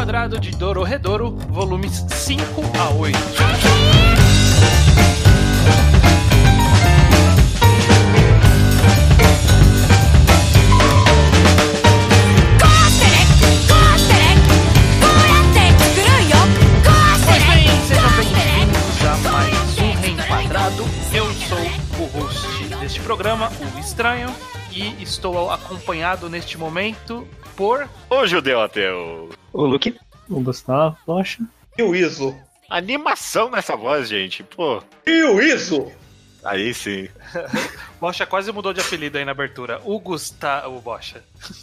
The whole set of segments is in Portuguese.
Quadrado de Dororedoro, volumes 5 a 8. Eu sou o host deste programa, o Estranho, e estou acompanhado neste momento por... O Judeu Ateu. O Luke. O Gustavo, poxa. E o Iso. Animação nessa voz, gente, pô. E o Iso. Aí sim. Bocha quase mudou de apelido aí na abertura. O Gustavo Bocha.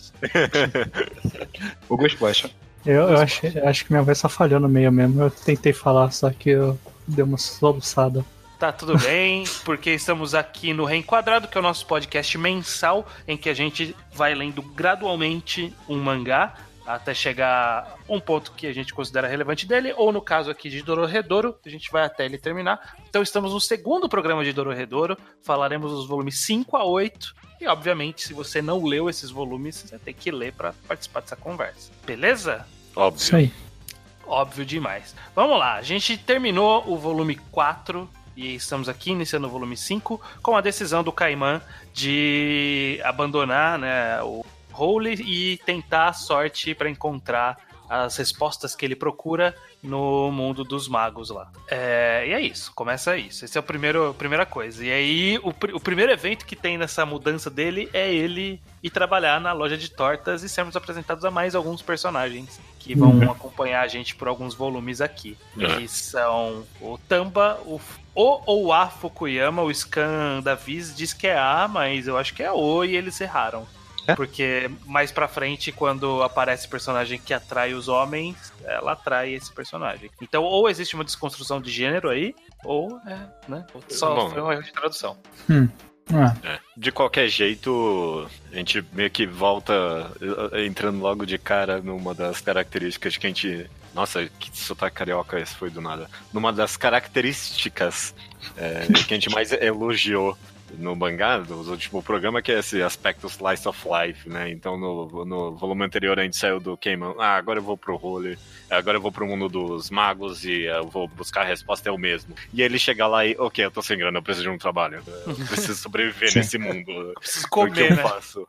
O Gus Bocha. Eu acho que minha voz só falhou no meio mesmo. Eu tentei falar, só que eu dei uma soluçada. Tá tudo bem, porque estamos aqui no Reenquadrado, que é o nosso podcast mensal, em que a gente vai lendo gradualmente um mangá, até chegar a um ponto que a gente considera relevante dele, ou no caso aqui de Dororedoro, a gente vai até ele terminar. Então estamos no segundo programa de Dororedoro, falaremos dos volumes 5 a 8, e obviamente se você não leu esses volumes, você tem que ler para participar dessa conversa. Beleza? Óbvio. Isso aí. Óbvio demais. Vamos lá, a gente terminou o volume 4, e estamos aqui iniciando o volume 5 com a decisão do Caimã de abandonar, né, o Holy e tentar a sorte para encontrar as respostas que ele procura no mundo dos magos lá. E é isso, começa isso. Esse é a primeira coisa. E aí, o primeiro evento que tem nessa mudança dele é ele ir trabalhar na loja de tortas e sermos apresentados a mais alguns personagens que vão acompanhar a gente por alguns volumes aqui. Que são o Tamba, o ou a Fukuyama. O Scan da Viz diz que é A, mas eu acho que é O e eles erraram. Porque mais pra frente, quando aparece personagem que atrai os homens, ela atrai esse personagem. Então, ou existe uma desconstrução de gênero aí, ou só foi um erro de tradução. De qualquer jeito, a gente meio que volta entrando logo de cara numa das características que a gente... Nossa, que sotaque carioca esse foi do nada. Numa das características que a gente mais elogiou no mangá, do último programa, que é esse aspecto slice of life, né? Então no volume anterior a gente saiu do Cayman, agora eu vou pro Holy, agora eu vou pro mundo dos magos e eu vou buscar a resposta, é o mesmo. E ele chega lá e, ok, eu tô sem grana, eu preciso de um trabalho, eu preciso sobreviver nesse mundo. Eu preciso comer, o que eu né? faço?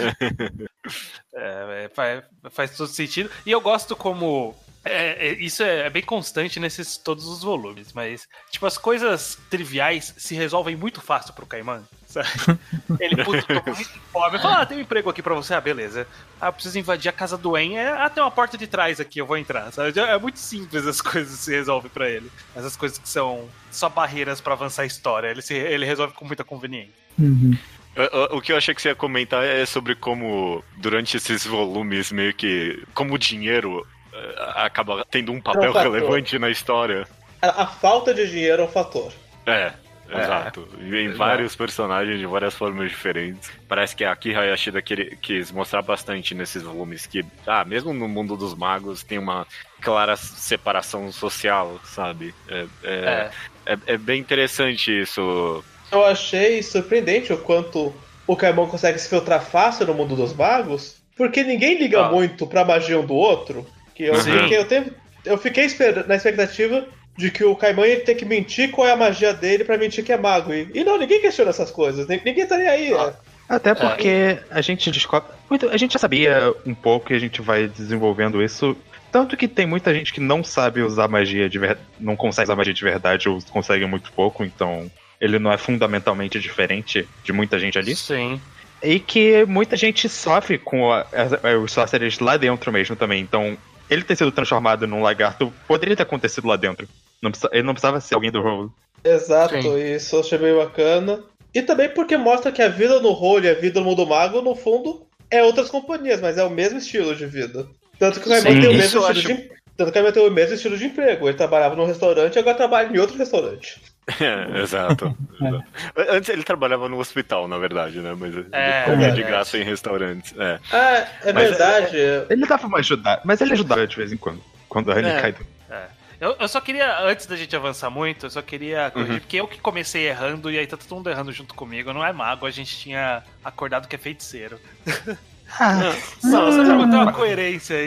Faz todo sentido. E eu gosto como... isso é bem constante nesses todos os volumes, mas tipo, as coisas triviais se resolvem muito fácil pro Caimã, sabe? Ele tô muito fome, fala, tem um emprego aqui pra você, beleza. Eu preciso invadir a casa do En, tem uma porta de trás aqui, eu vou entrar, sabe? É muito simples as coisas se resolvem pra ele. Essas coisas que são só barreiras pra avançar a história, ele resolve com muita conveniência. O que eu achei que você ia comentar é sobre como, durante esses volumes, meio que, como o dinheiro acaba tendo um papel relevante na história. A falta de dinheiro é um fator. Exato. Em vários personagens de várias formas diferentes. Parece que a Akira Hayashida quis mostrar bastante nesses volumes que, mesmo no mundo dos magos, tem uma clara separação social, sabe? É bem interessante isso. Eu achei surpreendente o quanto o Caimão consegue se filtrar fácil no mundo dos magos, porque ninguém liga muito pra magia um do outro. Eu fiquei na expectativa de que o Caimã ia ter que mentir qual é a magia dele pra mentir que é mago. E não, ninguém questiona essas coisas, ninguém tá nem aí. Até porque a gente descobre... A gente já sabia um pouco e a gente vai desenvolvendo isso. Tanto que tem muita gente que não sabe usar magia de verdade, não consegue usar magia de verdade ou consegue muito pouco, então ele não é fundamentalmente diferente de muita gente ali. Sim. E que muita gente sofre com os sorcerers lá dentro mesmo também, então... Ele ter sido transformado num lagarto poderia ter acontecido lá dentro. Ele não precisava ser alguém do rolo. Exato, Sim. Isso eu achei bem bacana. E também porque mostra que a vida no rolo e a vida no mundo mago, no fundo, é outras companhias, mas é o mesmo estilo de vida. Tanto que o Caimão tem o mesmo estilo de emprego. Ele trabalhava num restaurante e agora trabalha em outro restaurante. Exato. Antes ele trabalhava no hospital, na verdade, né? Mas ele comia de graça em restaurantes. É verdade. Ele dava uma ajudada, mas ele ajudava de vez em quando a Annie cai. Eu só queria, antes da gente avançar muito, eu só queria corrigir, porque eu que comecei errando e aí tá todo mundo errando junto comigo. Não é mago, a gente tinha acordado que é feiticeiro. Só pra manter uma coerência aí.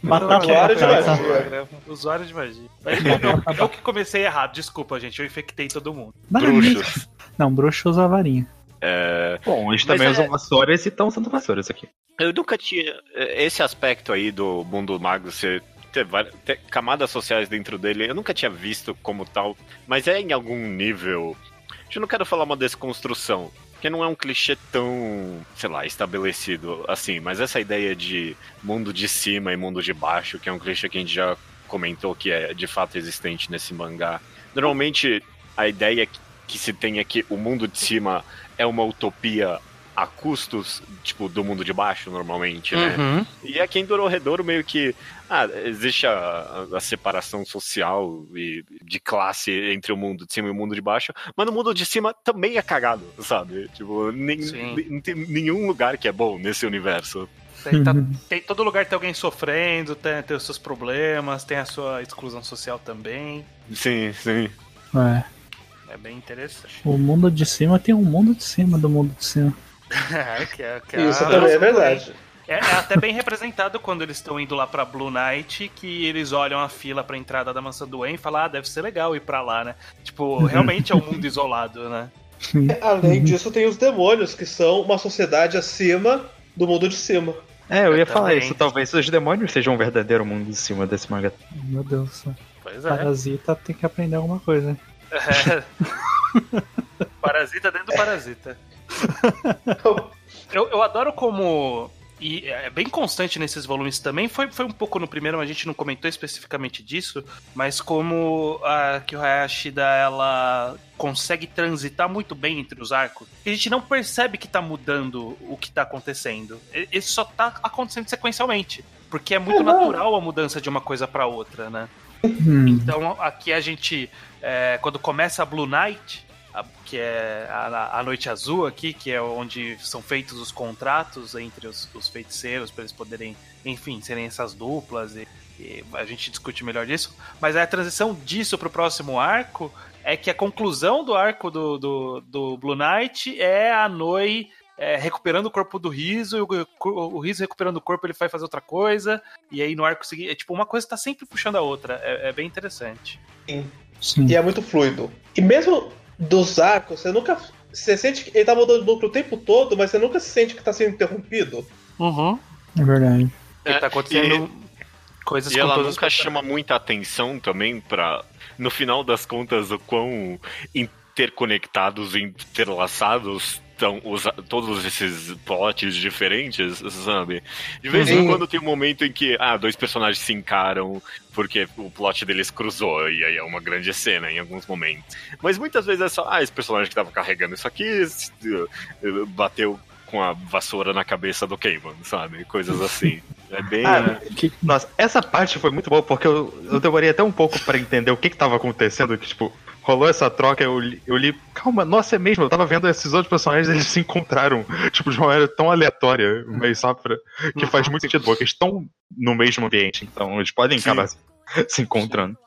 Usuário de magia. Usuário de magia. Eu que comecei errado, desculpa, gente. Eu infectei todo mundo. Bruxos. Não, bruxo usa varinha. Bom, eles também usam vassouras e estão usando vassouras aqui. Eu nunca tinha. Esse aspecto aí do mundo mago ser. Ter camadas sociais dentro dele, eu nunca tinha visto como tal, mas é em algum nível. Eu não quero falar uma desconstrução, porque não é um clichê tão, sei lá, estabelecido assim, mas essa ideia de mundo de cima e mundo de baixo, que é um clichê que a gente já comentou que é de fato existente nesse mangá. Normalmente a ideia que se tem é que o mundo de cima é uma utopia a custos, tipo, do mundo de baixo, normalmente, né? Uhum. E aqui em Dororedoro meio que existe a separação social e de classe entre o mundo de cima e o mundo de baixo, mas no mundo de cima também é cagado, sabe? Tipo, não tem nenhum lugar que é bom nesse universo. Tem todo lugar tem alguém sofrendo, tem os seus problemas, tem a sua exclusão social também. Sim, sim. É bem interessante. O mundo de cima tem um mundo de cima do mundo de cima. Isso também é verdade. É até bem representado quando eles estão indo lá pra Blue Knight, que eles olham a fila pra entrada da mansão do Wayne e falam, deve ser legal ir pra lá, né? Tipo, realmente é um mundo isolado, né? Além disso, tem os demônios, que são uma sociedade acima do mundo de cima. Eu ia falar isso, talvez os demônios sejam um verdadeiro mundo de cima desse mangá. Meu Deus do céu. Pois é. Parasita tem que aprender alguma coisa. Parasita dentro do parasita. Eu adoro como... E é bem constante nesses volumes também. Foi um pouco no primeiro, mas a gente não comentou especificamente disso. Mas como a Kiyohaya Ashida, ela consegue transitar muito bem entre os arcos. A gente não percebe que tá mudando o que tá acontecendo. Isso só tá acontecendo sequencialmente. Porque é muito natural a mudança de uma coisa pra outra, né? Então aqui a gente... quando começa a Blue Knight... que é a Noite Azul aqui, que é onde são feitos os contratos entre os feiticeiros para eles poderem, enfim, serem essas duplas e a gente discute melhor disso, mas a transição disso pro próximo arco é que a conclusão do arco do Blue Knight é a Noi recuperando o corpo do Riso, e o Riso recuperando o corpo, ele vai fazer outra coisa, e aí no arco seguinte, tipo, uma coisa tá sempre puxando a outra, é bem interessante. Sim. E é muito fluido. E mesmo dos arcos, você sente que ele tá mudando de núcleo o tempo todo, mas você nunca se sente que tá sendo interrompido. É verdade. Tá acontecendo coisas e com ela todos nunca chama muita atenção também pra, no final das contas, o quão interconectados e interlaçados estão todos esses plots diferentes, sabe? De vez em quando tem um momento em que dois personagens se encaram porque o plot deles cruzou, e aí é uma grande cena em alguns momentos. Mas muitas vezes é só, esse personagem que tava carregando isso aqui bateu com a vassoura na cabeça do Cayman, sabe? Coisas assim. É bem... Nossa, essa parte foi muito boa, porque eu demorei até um pouco pra entender o que tava acontecendo, que tipo... Rolou essa troca, eu li, calma, nossa, é mesmo, eu tava vendo esses outros personagens, eles se encontraram, tipo, de uma maneira tão aleatória, mas só pra... que faz muito sentido, porque eles estão no mesmo ambiente, então eles podem acabar se encontrando.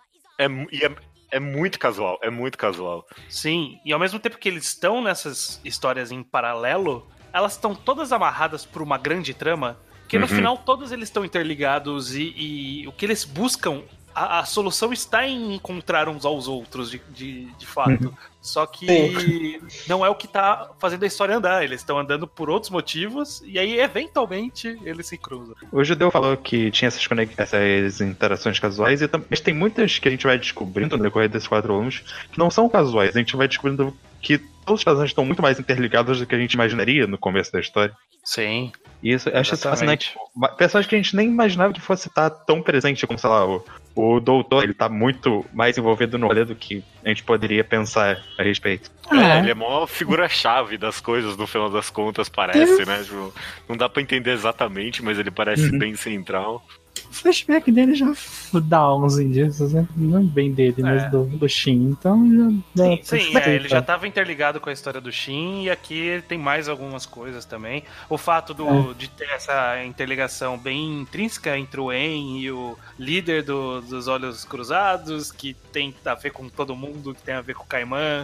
É muito casual, é muito casual. Sim, e ao mesmo tempo que eles estão nessas histórias em paralelo, elas estão todas amarradas por uma grande trama, que no final todos eles estão interligados e o que eles buscam... A solução está em encontrar uns aos outros, de fato. Só que não é o que está fazendo a história andar. Eles estão andando por outros motivos e aí, eventualmente, eles se cruzam. O Judeu falou que tinha essas interações casuais, mas tem muitas que a gente vai descobrindo no decorrer desses 4 volumes que não são casuais. A gente vai descobrindo que todos os personagens estão muito mais interligados do que a gente imaginaria no começo da história. Sim. E isso, eu acho isso fascinante. Personagens que a gente nem imaginava que fosse estar tão presente, como, sei lá, o doutor, ele tá muito mais envolvido no rolê do que a gente poderia pensar a respeito. Ele é a maior figura-chave das coisas, no final das contas, parece, né? Tipo, não dá pra entender exatamente, mas ele parece bem central. O flashback dele já dá uns indícios, né? Não bem dele, mas do Shin. Então já dá. Sim, ele já estava interligado com a história do Shin, e aqui ele tem mais algumas coisas também. O fato de ter essa interligação bem intrínseca entre o En e o líder dos Olhos Cruzados, que tem a ver com todo mundo, que tem a ver com o Cayman.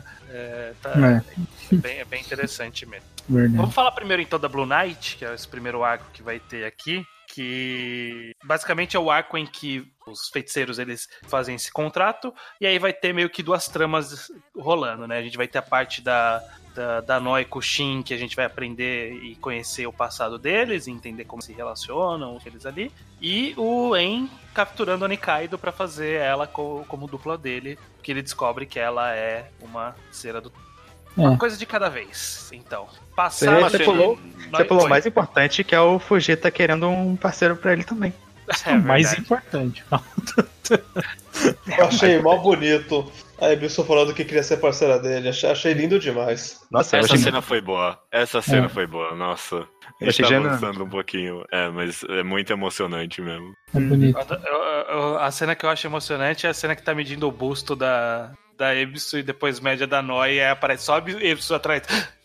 É bem interessante mesmo. Verdade. Vamos falar primeiro então da Blue Knight, que é esse primeiro arco que vai ter aqui. que basicamente é o arco em que os feiticeiros eles fazem esse contrato, e aí vai ter meio que duas tramas rolando, né? A gente vai ter a parte da Noi com o Shin, que a gente vai aprender e conhecer o passado deles, e entender como se relacionam eles ali, e o En capturando a Nikaido pra fazer ela como dupla dele, porque ele descobre que ela é uma cera do... Uma coisa de cada vez, então. Você pulou o mais importante, que é o Fujita querendo um parceiro pra ele também. O mais importante. Eu achei mó bonito a Ebisu falando que queria ser parceira dele. Achei lindo demais. Nossa, essa cena foi boa. Essa cena foi boa, nossa. A gente tá avançando um pouquinho. Mas é muito emocionante mesmo. É bonito. A cena que eu acho emocionante é a cena que tá medindo o busto da Ebisu e depois média da Noi, e aí aparece só a Ebisu atrás.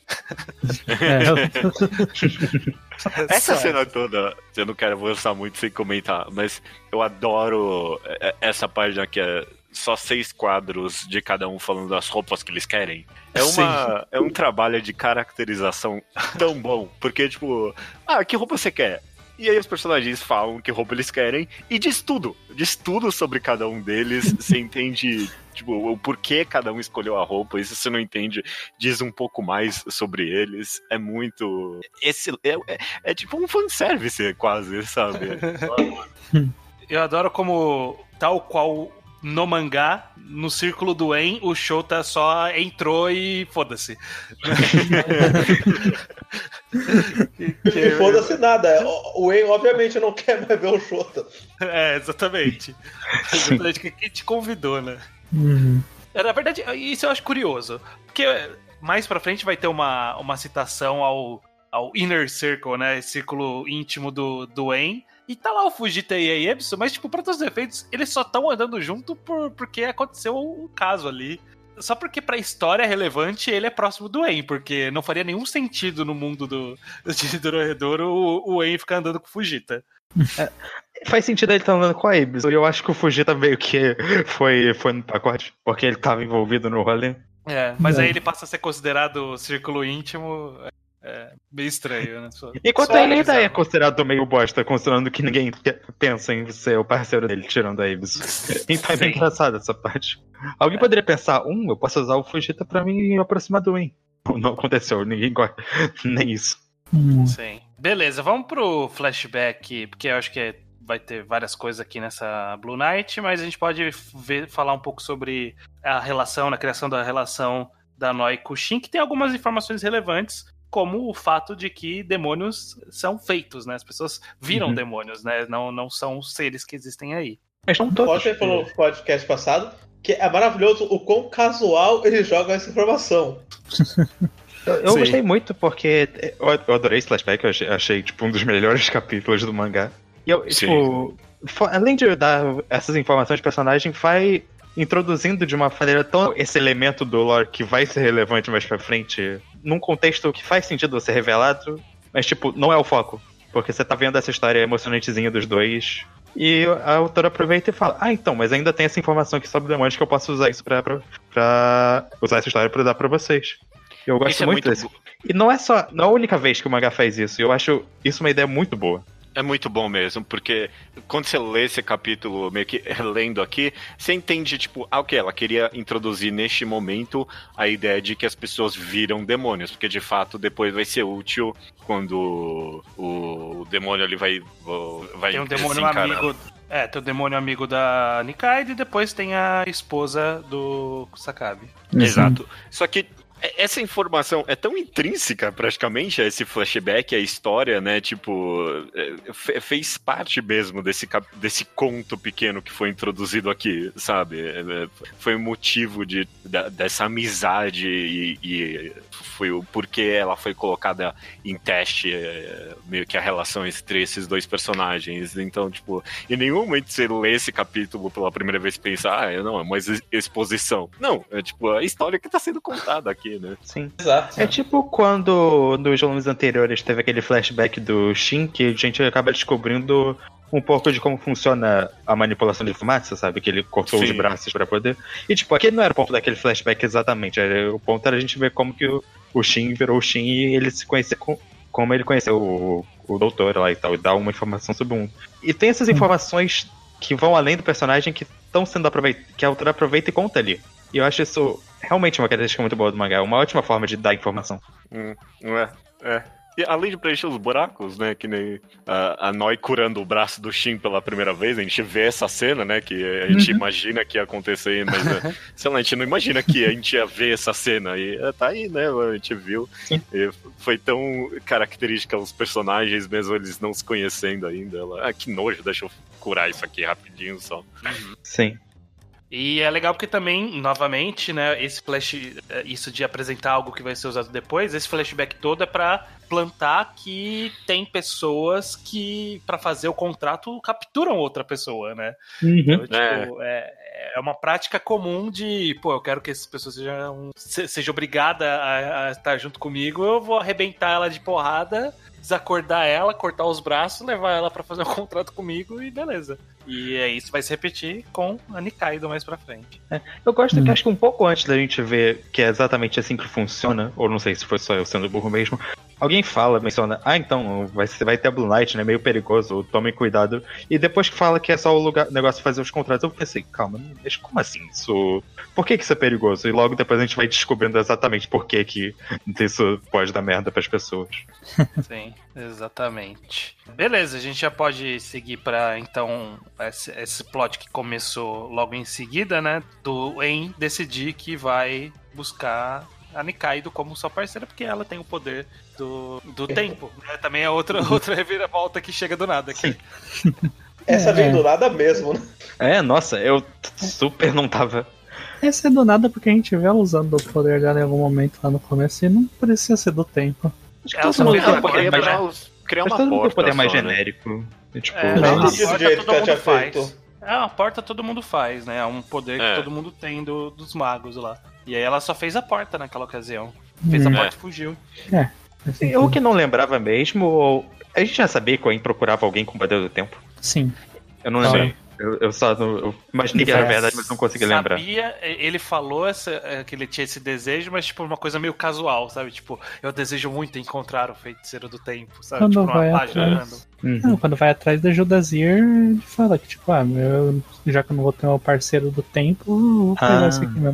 Essa cena toda, eu não quero avançar muito sem comentar, mas eu adoro essa página que é só 6 quadros de cada um falando das roupas que eles querem. É um trabalho de caracterização tão bom, porque tipo, que roupa você quer? E aí os personagens falam que roupa eles querem e diz tudo sobre cada um deles. Você entende, tipo, o porquê cada um escolheu a roupa. Isso você não entende, diz um pouco mais sobre eles. É muito... É tipo um fanservice quase, sabe? Eu adoro como, tal qual no mangá, no círculo do En, o Shota só entrou e foda-se. E foda-se nada. O En obviamente não quer mais ver o Shota. Exatamente. Exatamente, quem te convidou, né? Na verdade, isso eu acho curioso. Porque mais pra frente vai ter uma citação ao Inner Circle, né? Círculo íntimo do En. E tá lá o Fujita e a Ebisu, mas, tipo, pra todos os efeitos, eles só estão andando junto porque aconteceu um caso ali. Só porque pra história é relevante, ele é próximo do En, porque não faria nenhum sentido no mundo de Dorohedoro o En ficar andando com o Fujita. Faz sentido ele estar andando com a Ebisu, e eu acho que o Fujita meio que foi no pacote, porque ele tava envolvido no rolê. Mas aí ele passa a ser considerado círculo íntimo... meio estranho, né? Enquanto ele ainda é considerado meio bosta, considerando que ninguém pensa em ser o parceiro dele, tirando a Ebisu. Então é bem engraçado essa parte. Alguém poderia pensar, eu posso usar o Fujita pra me aproximar do En. Não aconteceu, ninguém gosta, nem isso. Sim. Beleza, vamos pro flashback, porque eu acho que vai ter várias coisas aqui nessa Blue Knight, mas a gente pode falar um pouco sobre a criação da relação da Noi com o Shin, que tem algumas informações relevantes, como o fato de que demônios são feitos, né? As pessoas viram demônios, né? Não são seres que existem aí. Mas não todos. Pode ter no podcast passado que é maravilhoso o quão casual eles jogam essa informação. Eu gostei muito, porque eu adorei esse flashback, eu achei tipo, um dos melhores capítulos do mangá. E eu, tipo, além de dar essas informações de personagem, vai introduzindo de uma maneira tão esse elemento do lore que vai ser relevante mais pra frente, num contexto que faz sentido ser revelado, mas tipo, não é o foco. Porque você tá vendo essa história emocionantezinha dos dois, e a autora aproveita e fala, então, mas ainda tem essa informação aqui sobre demônios que eu posso usar isso pra usar essa história pra dar pra vocês. Eu gosto muito desse. E não é a única vez que o mangá faz isso, eu acho isso uma ideia muito boa. É muito bom mesmo, porque quando você lê esse capítulo, meio que lendo aqui, você entende, tipo, ela queria introduzir neste momento a ideia de que as pessoas viram demônios, porque de fato depois vai ser útil quando o demônio ali vai tem um demônio amigo. Tem o demônio amigo da Nikaido e depois tem a esposa do Sakabe. Exato. Só que essa informação é tão intrínseca, praticamente, a esse flashback, a história, né? Tipo, fez parte mesmo desse conto pequeno que foi introduzido aqui, sabe? Foi o motivo dessa amizade e foi o porquê ela foi colocada em teste, meio que a relação entre esses dois personagens. Então, tipo, em nenhum momento você lê esse capítulo pela primeira vez e pensa, não, é uma exposição. Não, é tipo a história que tá sendo contada aqui. Né? Sim. Exato. É tipo quando nos volumes anteriores teve aquele flashback do Shin, que a gente acaba descobrindo um pouco de como funciona a manipulação de fumaça, sabe? Que ele cortou os braços pra poder. E tipo, aquele não era o ponto daquele flashback exatamente. O ponto era a gente ver como que o Shin virou o Shin e ele se conhecer como ele conheceu o doutor lá e tal, e dá uma informação sobre o mundo. E tem essas informações que vão além do personagem que estão sendo aproveitadas, que a autora aproveita e conta ali. E eu acho isso realmente uma característica muito boa do mangá, uma ótima forma de dar informação. E além de preencher os buracos, né, que nem a Noi curando o braço do Shin pela primeira vez, a gente vê essa cena, né, que a gente imagina que ia acontecer, mas sei lá, a gente não imagina que a gente ia ver essa cena, e tá aí, né, a gente viu. E foi tão característica os personagens, mesmo eles não se conhecendo ainda. Que nojo, deixa eu curar isso aqui rapidinho só. Sim. E é legal porque também, novamente, né, isso de apresentar algo que vai ser usado depois, esse flashback todo é pra plantar que tem pessoas que, pra fazer o contrato, capturam outra pessoa, né? Então, tipo, é uma prática comum de, pô, eu quero que essas pessoas sejam obrigadas a estar junto comigo, eu vou arrebentar ela de porrada, desacordar ela, cortar os braços, levar ela pra fazer um contrato comigo e beleza. E isso vai se repetir com a Nikaido mais pra frente. Eu gosto que acho que um pouco antes da gente ver que é exatamente assim que funciona, ou não sei se foi só eu sendo burro mesmo, alguém menciona, então vai ter a Blue Light, né, meio perigoso, tomem cuidado. E depois que fala que é só o negócio de fazer os contratos, eu pensei, calma, mas como assim isso? Por que isso é perigoso? E logo depois a gente vai descobrindo exatamente por que isso pode dar merda pras pessoas. Sim, exatamente. Beleza, a gente já pode seguir pra, então, esse plot que começou logo em seguida, né, do En decidir que vai buscar a Nikaido como sua parceira, porque ela tem o poder do tempo, né? Também é outra reviravolta que chega do nada aqui. Essa vem do nada mesmo, né? Nossa, eu super não tava... Essa é do nada porque a gente vê ela usando o poder dela em algum momento lá no começo e não parecia ser do tempo. Acho que todo mundo tem um poder criar uma porta, porta, poder mais só, genérico. Tipo, Não existe do jeito que ela tinha feito. A porta todo mundo faz, né? É um poder que todo mundo tem dos magos lá. E aí ela só fez a porta naquela ocasião. Fez a porta e fugiu. Eu que não lembrava mesmo, a gente já sabia que o En procurava alguém com o poder do tempo? Sim. Eu não lembro. Eu só eu imaginei que era verdade, mas não consegui lembrar. Ele falou que ele tinha esse desejo, mas tipo uma coisa meio casual, sabe? Tipo, eu desejo muito encontrar o feiticeiro do tempo, sabe? Quando tipo, vai atrás... quando vai atrás da Judazir, ele fala que tipo, já que eu não vou ter um parceiro do tempo, eu vou pegar esse aqui mesmo.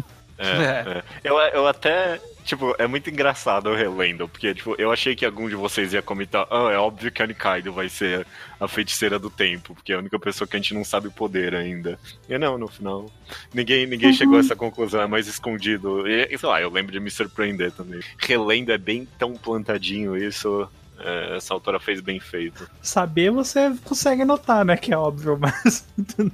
Eu até... Tipo, é muito engraçado eu relendo, porque, tipo, eu achei que algum de vocês ia comentar, é óbvio que a Nikaido vai ser a feiticeira do tempo, porque é a única pessoa que a gente não sabe o poder ainda. E não, no final, ninguém chegou a essa conclusão, é mais escondido. E, sei lá, eu lembro de me surpreender também. Relendo é bem tão plantadinho isso, essa autora fez bem feito. Saber você consegue notar, né, que é óbvio, mas...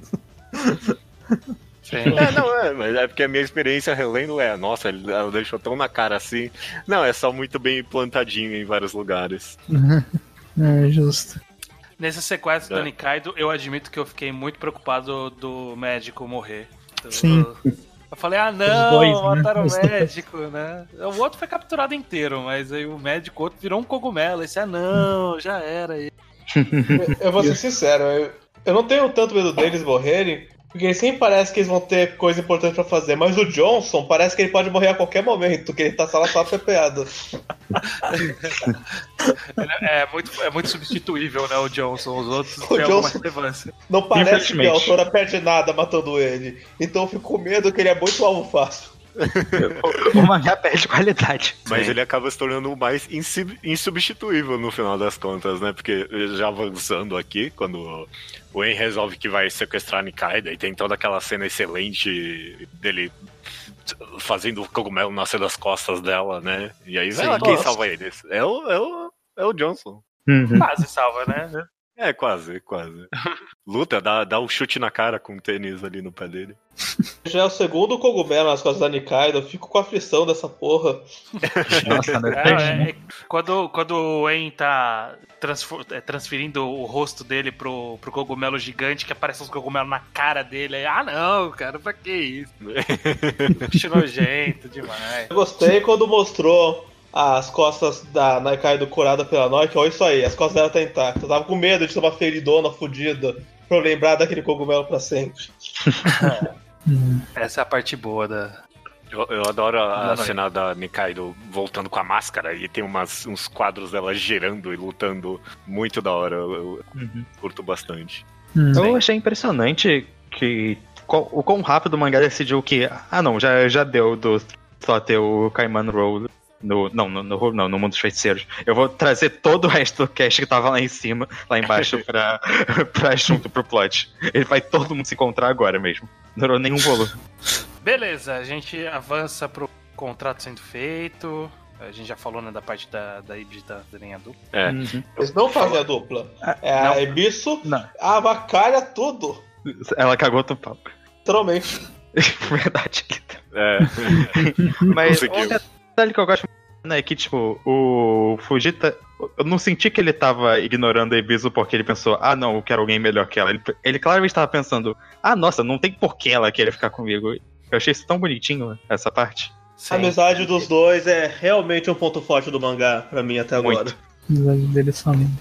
Mas é porque a minha experiência relendo nossa, ela deixou tão na cara assim. Não, é só muito bem plantadinho em vários lugares. Justo. Nesse sequestro da Nikaido, eu admito que eu fiquei muito preocupado do médico morrer. Sim. Eu falei, não, mataram o médico, né? O outro foi capturado inteiro, mas aí o médico, outro virou um cogumelo. Esse, não, já era ele. Eu vou ser sincero, eu não tenho tanto medo deles morrerem, porque sempre parece que eles vão ter coisa importante pra fazer, mas o Johnson parece que ele pode morrer a qualquer momento, que ele tá só pepeado. É muito substituível, né, o Johnson. Os outros têm alguma relevância. Não parece que a autora perde nada matando ele. Então eu fico com medo que ele é muito alvo fácil. O mangá perde qualidade. Mas ele acaba se tornando o mais insubstituível no final das contas, né? Porque já avançando aqui, quando o En resolve que vai sequestrar a Nikaido, e tem toda aquela cena excelente dele fazendo o cogumelo nascer das costas dela, né? E aí vai lá quem salva eles. É o Johnson. Quase salva, né? Quase. Luta, dá um chute na cara com o tênis ali no pé dele. Já é o segundo cogumelo nas costas da Nikaido, eu fico com a aflição dessa porra. Nossa, quando o En tá transferindo o rosto dele pro cogumelo gigante, que aparece uns cogumelos na cara dele, aí, não, cara, pra que isso? Bicho nojento demais. Eu gostei quando mostrou as costas da Nikaido curada pela Noik, olha isso aí, as costas dela tá intactas. Eu tava com medo de ter uma feridona fodida pra eu lembrar daquele cogumelo pra sempre. Essa é a parte boa da... Eu adoro a cena da Nikaido voltando com a máscara e tem uns quadros dela girando e lutando muito da hora. Eu curto bastante. Eu achei impressionante que o quão rápido o mangá decidiu que não, já deu só ter o Kaiman Roll no Mundo dos Feiticeiros. Eu vou trazer todo o resto do cast que tava lá em cima, lá embaixo pra junto pro plot. Ele vai todo mundo se encontrar agora mesmo. Não durou nenhum volume. Beleza, a gente avança pro contrato sendo feito. A gente já falou, né, da parte da Ibis fazerem a dupla. Eles não fazem a dupla. A Ebisu avacalha tudo. Ela cagou do pau. Literalmente. Verdade. Mas um detalhe que eu gosto, né, é que, tipo, o Fujita, eu não senti que ele tava ignorando a Ebisu porque ele pensou, não, eu quero alguém melhor que ela. Ele claramente estava pensando, nossa, não tem por que ela querer ficar comigo. Eu achei isso tão bonitinho, essa parte. Sim. A amizade dos dois é realmente um ponto forte do mangá, pra mim, até agora. A amizade deles são lindos.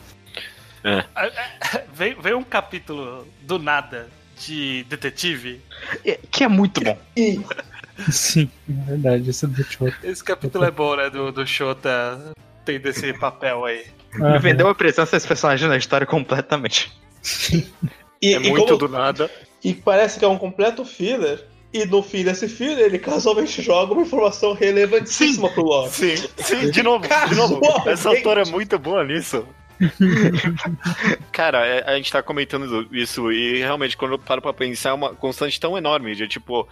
Veio um capítulo do nada de detetive. Que é muito bom. Sim, é verdade, esse é do Shota. Esse capítulo é bom, né? Do Shota tendo esse papel aí. Me vendeu a presença desse personagem na história completamente. É muito do nada. E parece que é um completo filler. E no fim desse filler, ele casualmente joga uma informação relevantíssima pro lore. Sim, de novo. Essa autora é muito boa nisso. Cara, a gente tá comentando isso e realmente quando eu paro pra pensar é uma constante tão enorme de tipo,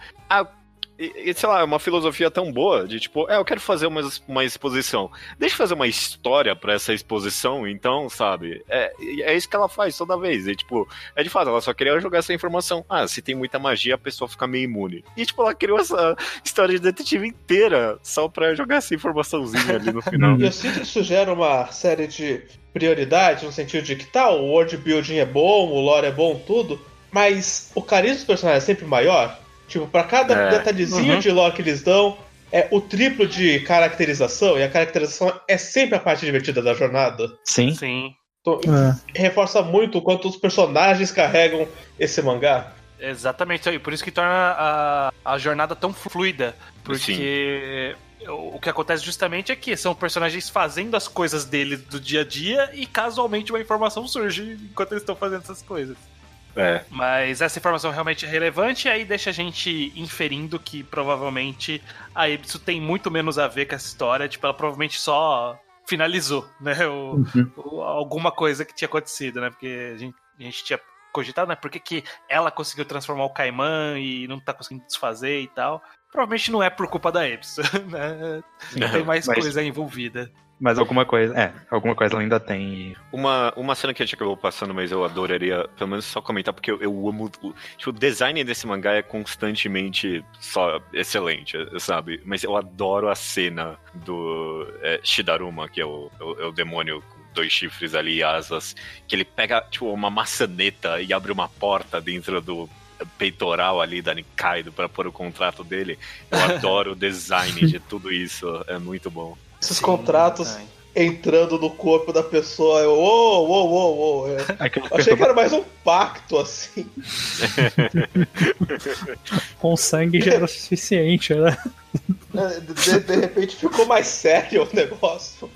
sei lá, é uma filosofia tão boa de tipo, eu quero fazer uma exposição. Deixa eu fazer uma história pra essa exposição, então, sabe? É isso que ela faz toda vez. E, tipo, de fato, ela só queria jogar essa informação. Se tem muita magia, a pessoa fica meio imune. E, tipo, ela criou essa história de detetive inteira só pra jogar essa informaçãozinha ali no final. E eu sinto que isso gera uma série de prioridades, no sentido de que o world building é bom, o lore é bom, tudo, mas o carisma dos personagens é sempre maior. Tipo, pra cada detalhezinho de lore que eles dão, é o triplo de caracterização, e a caracterização é sempre a parte divertida da jornada. Sim. Então, reforça muito o quanto os personagens carregam esse mangá. Exatamente, e por isso que torna a jornada tão fluida, porque o que acontece justamente é que são personagens fazendo as coisas deles do dia a dia e casualmente uma informação surge enquanto eles estão fazendo essas coisas. Mas essa informação realmente é relevante e aí deixa a gente inferindo que provavelmente a Ebisu tem muito menos a ver com essa história. Tipo, ela provavelmente só finalizou, né? Alguma coisa que tinha acontecido, né? Porque a gente tinha cogitado, né? Por que ela conseguiu transformar o Kaiman e não tá conseguindo desfazer e tal. Provavelmente não é por culpa da Ebisu, né? Tem mais coisa envolvida. Mas alguma coisa ela ainda tem. Uma cena que a gente acabou passando, mas eu adoraria, pelo menos só comentar, porque eu amo. Tipo, o design desse mangá é constantemente só excelente, sabe? Mas eu adoro a cena do Shidaruma, que é o demônio com 2 chifres ali e asas, que ele pega, tipo, uma maçaneta e abre uma porta dentro do peitoral ali da Nikaido pra pôr o contrato dele. Eu adoro o design de tudo isso, é muito bom. Esses contratos entrando no corpo da pessoa, eu achei que era mais um pacto, assim. Com sangue já era o suficiente, né? De repente ficou mais sério o negócio.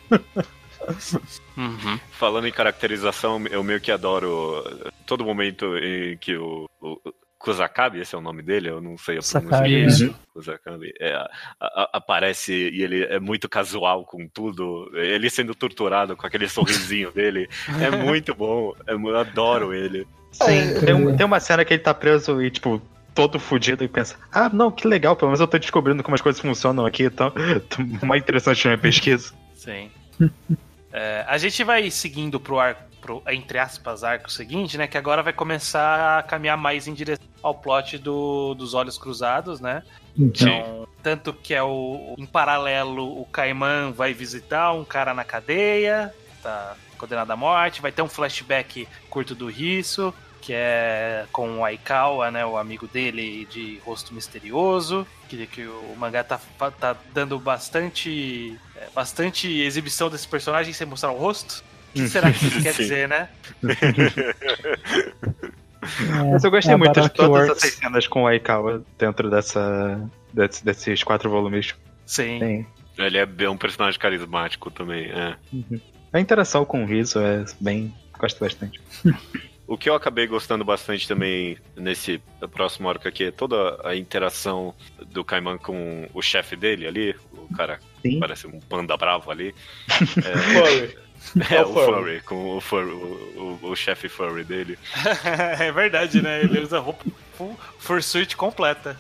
Falando em caracterização, eu meio que adoro todo momento em que o Kusakabe, esse é o nome dele, eu não sei a pronúncia. Kusakabe aparece e ele é muito casual com tudo, ele sendo torturado com aquele sorrisinho dele, é muito bom, eu adoro ele. Sim, tem uma cena que ele tá preso e, tipo, todo fudido e pensa, não, que legal, pelo menos eu tô descobrindo como as coisas funcionam aqui, então, mais interessante na minha pesquisa. Sim. A gente vai seguindo pro entre aspas, arco seguinte, né? Que agora vai começar a caminhar mais em direção ao plot dos Olhos Cruzados, né? Então, tanto que em paralelo, o Kaiman vai visitar um cara na cadeia, tá condenado à morte, vai ter um flashback curto do Riso, que é com o Aikawa, né? O amigo dele de rosto misterioso, que o mangá tá dando bastante exibição desse personagem sem mostrar o rosto. O que será que isso quer dizer, né? Mas eu gostei muito de todas essas cenas com o Aikawa dentro desses 4 volumes. Sim. Ele é um personagem carismático também, Uhum. A interação com o Rizzo é bem... Gosto bastante. O que eu acabei gostando bastante também nesse próximo arco aqui é toda a interação do Kaiman com o chefe dele ali, o cara que parece um panda bravo ali. Furry. O Furry, com o chefe Furry dele. É verdade, né? Ele usa roupa fursuit completa.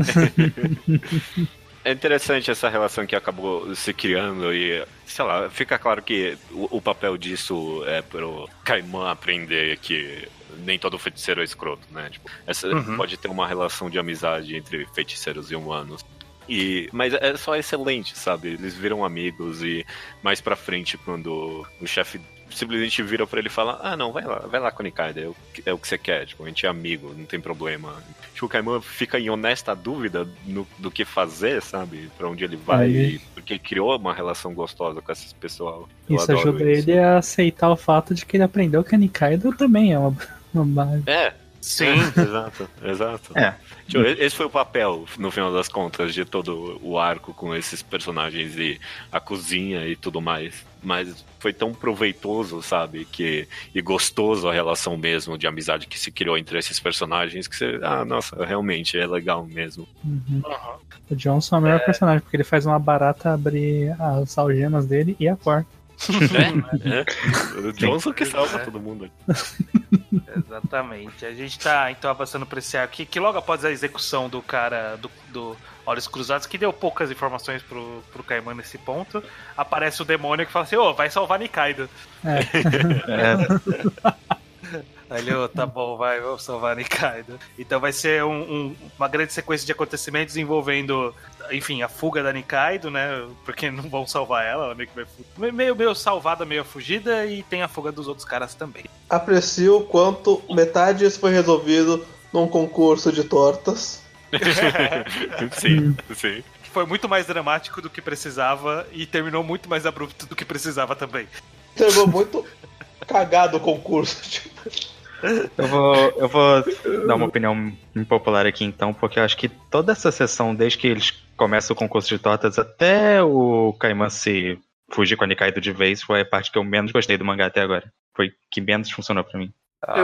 É interessante essa relação que acabou se criando e, sei lá, fica claro que o papel disso é pro Kaiman aprender que nem todo feiticeiro é escroto, né? Tipo, pode ter uma relação de amizade entre feiticeiros e humanos. Mas é só excelente, sabe? Eles viram amigos e mais pra frente, quando o chefe simplesmente vira pra ele e fala: ah, não, vai lá com o Nikaido, é o que você quer, tipo, a gente é amigo, não tem problema. Tipo, o Kaiman fica em honesta dúvida do que fazer, sabe? Pra onde ele vai, porque criou uma relação gostosa com esse pessoal. Isso ajuda ele a aceitar o fato de que ele aprendeu que a Nikaido também é uma base. Sim. Exato. Esse foi o papel, no final das contas, de todo o arco com esses personagens e a cozinha e tudo mais. Mas foi tão proveitoso, sabe? E gostoso a relação mesmo de amizade que se criou entre esses personagens que você... Ah, nossa, realmente é legal mesmo. O Johnson é o melhor personagem, porque ele faz uma barata abrir as algemas dele e a porta. O Johnson que salva todo mundo. Exatamente. A gente tá então avançando pra esse arco que logo após a execução do cara do Olhos Cruzados, que deu poucas informações pro Kaiman nesse ponto, aparece o demônio que fala assim: vai salvar Nikaido. Aí ele, tá bom, vamos salvar Nikaido. Então vai ser uma grande sequência de acontecimentos envolvendo, enfim, a fuga da Nikaido, né? Porque não vão salvar ela meio que vai meio salvada, meio fugida, e tem a fuga dos outros caras também. Aprecio o quanto metade disso foi resolvido num concurso de tortas. Sim. Foi muito mais dramático do que precisava e terminou muito mais abrupto do que precisava também. Terminou muito cagado o concurso, tipo. Eu vou dar uma opinião impopular aqui então, porque eu acho que toda essa sessão, desde que eles começam o concurso de tortas até o Kaiman se fugir com a Nikaido de vez, foi a parte que eu menos gostei do mangá até agora. Foi que menos funcionou pra mim.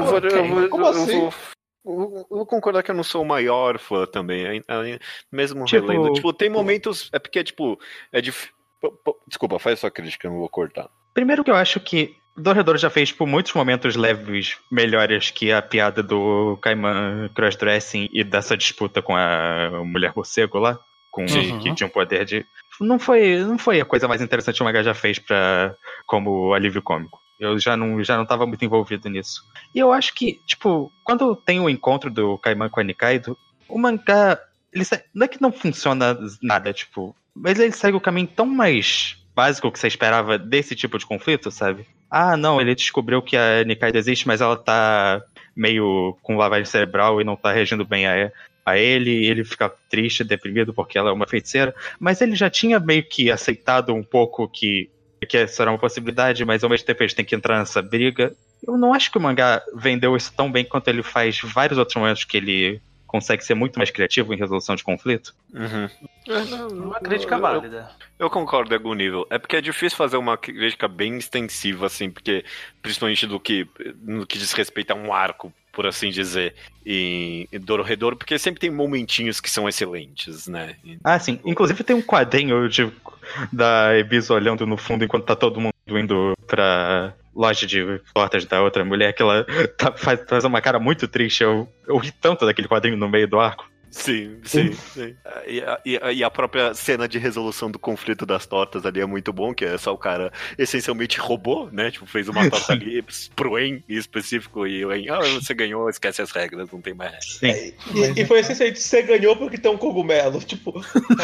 Eu vou concordar que eu não sou o maior fã também, mesmo relendo. Tipo, tem momentos... É porque, tipo, é difícil... Desculpa, faz a sua crítica, eu não vou cortar. Primeiro que eu acho que Dorohedoro já fez, por muitos momentos leves, melhores que a piada do Kaiman crossdressing e dessa disputa com a mulher morcego lá, que tinha um poder de... Não foi a coisa mais interessante que o mangá já fez como alívio cômico. Eu já não tava muito envolvido nisso. E eu acho que, tipo, quando tem o encontro do Kaiman com a Nikaido, o mangá, não é que não funciona nada, tipo, mas ele segue o caminho tão mais básico que você esperava desse tipo de conflito, sabe? Ah, não, ele descobriu que a Nikaido existe, mas ela tá meio com lavagem cerebral e não tá reagindo bem a ele fica triste, deprimido porque ela é uma feiticeira, mas ele já tinha meio que aceitado um pouco que essa era uma possibilidade, mas ao mesmo tempo eles têm que entrar nessa briga. Eu não acho que o mangá vendeu isso tão bem quanto ele faz vários outros momentos que ele consegue ser muito mais criativo em resolução de conflito. Uma crítica válida. Eu concordo em algum nível. É porque é difícil fazer uma crítica bem extensiva, assim, porque principalmente no que diz respeito a um arco, por assim dizer, em Dorohedoro, porque sempre tem momentinhos que são excelentes, né? Ah, sim. Inclusive tem um quadrinho da Ebisu olhando no fundo enquanto tá todo mundo indo pra loja de tortas da outra mulher, que ela faz uma cara muito triste. Eu ri tanto daquele quadrinho no meio do arco. Sim. E a própria cena de resolução do conflito das tortas ali é muito bom, que é só o cara essencialmente roubou, né? Tipo, fez uma torta ali pro En em específico e o En, você ganhou, esquece as regras, não tem mais. Sim. E foi essencialmente, você ganhou porque tem um cogumelo. Tipo,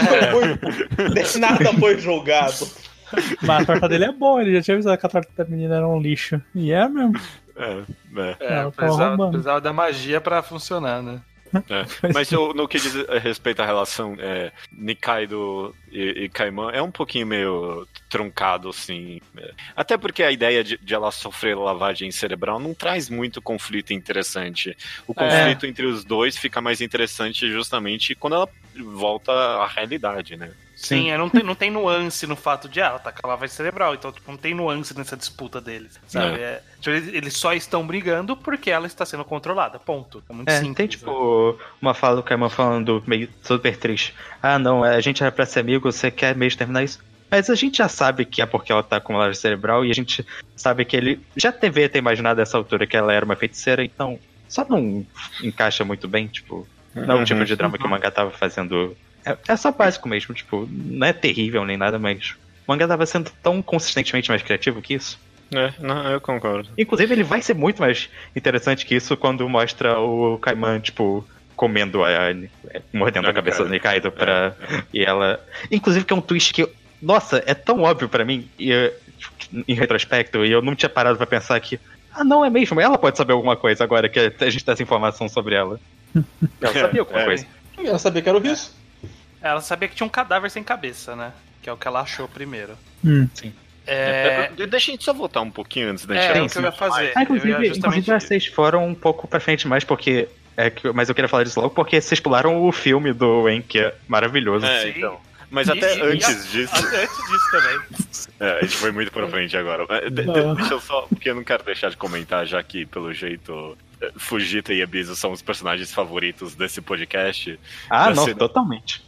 nada foi julgado. Mas a torta dele é boa, ele já tinha avisado que a torta da menina era um lixo. E é mesmo. Precisava da magia pra funcionar, né? Mas no que diz respeito à relação Nikaido e Kaiman, é um pouquinho meio truncado, assim. Até porque a ideia de ela sofrer lavagem cerebral não traz muito conflito interessante. O conflito entre os dois fica mais interessante justamente quando ela volta à realidade, né? Sim, não tem nuance no fato de ela tá com a lavagem cerebral, então tipo, não tem nuance nessa disputa deles, sabe? Tipo, eles só estão brigando porque ela está sendo controlada, ponto. É muito simples. Tem tipo uma fala do Kaiman falando meio super triste. Ah, não, a gente era pra ser amigo, você quer mesmo terminar isso? Mas a gente já sabe que é porque ela tá com lavagem cerebral e a gente sabe que ele já devia ter imaginado nessa altura que ela era uma feiticeira, então só não encaixa muito bem, tipo, não é o tipo de drama que o mangá tava fazendo. É só básico mesmo, tipo, não é terrível nem nada, mas o mangá tava sendo tão consistentemente mais criativo que isso. Não, eu concordo. Inclusive, ele vai ser muito mais interessante que isso quando mostra o Kaiman, tipo, comendo mordendo a cabeça do Nikaido pra... E ela... Inclusive, que é um twist que, nossa, é tão óbvio pra mim, em retrospecto, e eu não tinha parado pra pensar que, não, é mesmo, ela pode saber alguma coisa agora que a gente tem essa informação sobre ela. Ela sabia alguma coisa. Ela sabia que era o Riso. Ela sabia que tinha um cadáver sem cabeça, né? Que é o que ela achou primeiro. Sim. Deixa a gente só voltar um pouquinho antes da gente É o que eu ia fazer. Inclusive vocês foram um pouco pra frente mais, porque... mas eu queria falar disso logo, porque vocês pularam o filme do Wen, que é maravilhoso. Então. Mas até antes disso... Até antes disso também. A gente foi muito pra frente agora. Deixa eu só... Porque eu não quero deixar de comentar, já que, pelo jeito... Fujita e Ebisu são os personagens favoritos desse podcast. Totalmente.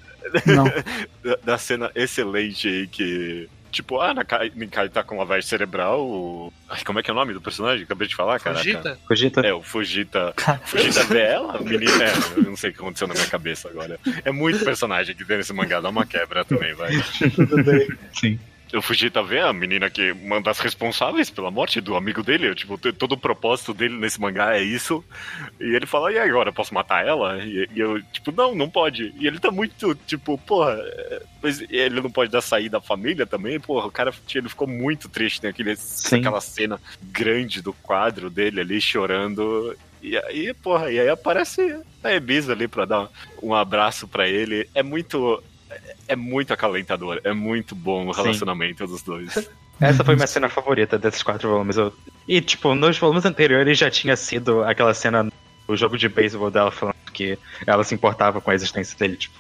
Da cena excelente aí que... Tipo, Nikai tá com lavagem cerebral. Como é que é o nome do personagem? Acabei de falar, cara. Fujita. O Fujita. Fujita vê ela, a menina. Eu não sei o que aconteceu na minha cabeça agora. É muito personagem que tem nesse mangá, dá uma quebra também, vai. Tudo bem. Sim. O Fujita vê a menina que manda as responsáveis pela morte do amigo dele. Tipo, todo o propósito dele nesse mangá é isso. E ele fala, e agora, eu posso matar ela? E eu, tipo, não pode. E ele tá muito, tipo, porra, mas ele não pode dar saída da família também? Porra, o cara ele ficou muito triste, né? Aquela cena grande do quadro dele ali chorando. E aí, porra, e aí aparece a Ebisu ali pra dar um abraço pra ele. É muito acalentador, é muito bom o relacionamento dos dois. Essa foi minha cena favorita desses 4 volumes. E, tipo, nos volumes anteriores já tinha sido aquela cena no jogo de beisebol dela falando que ela se importava com a existência dele. Tipo,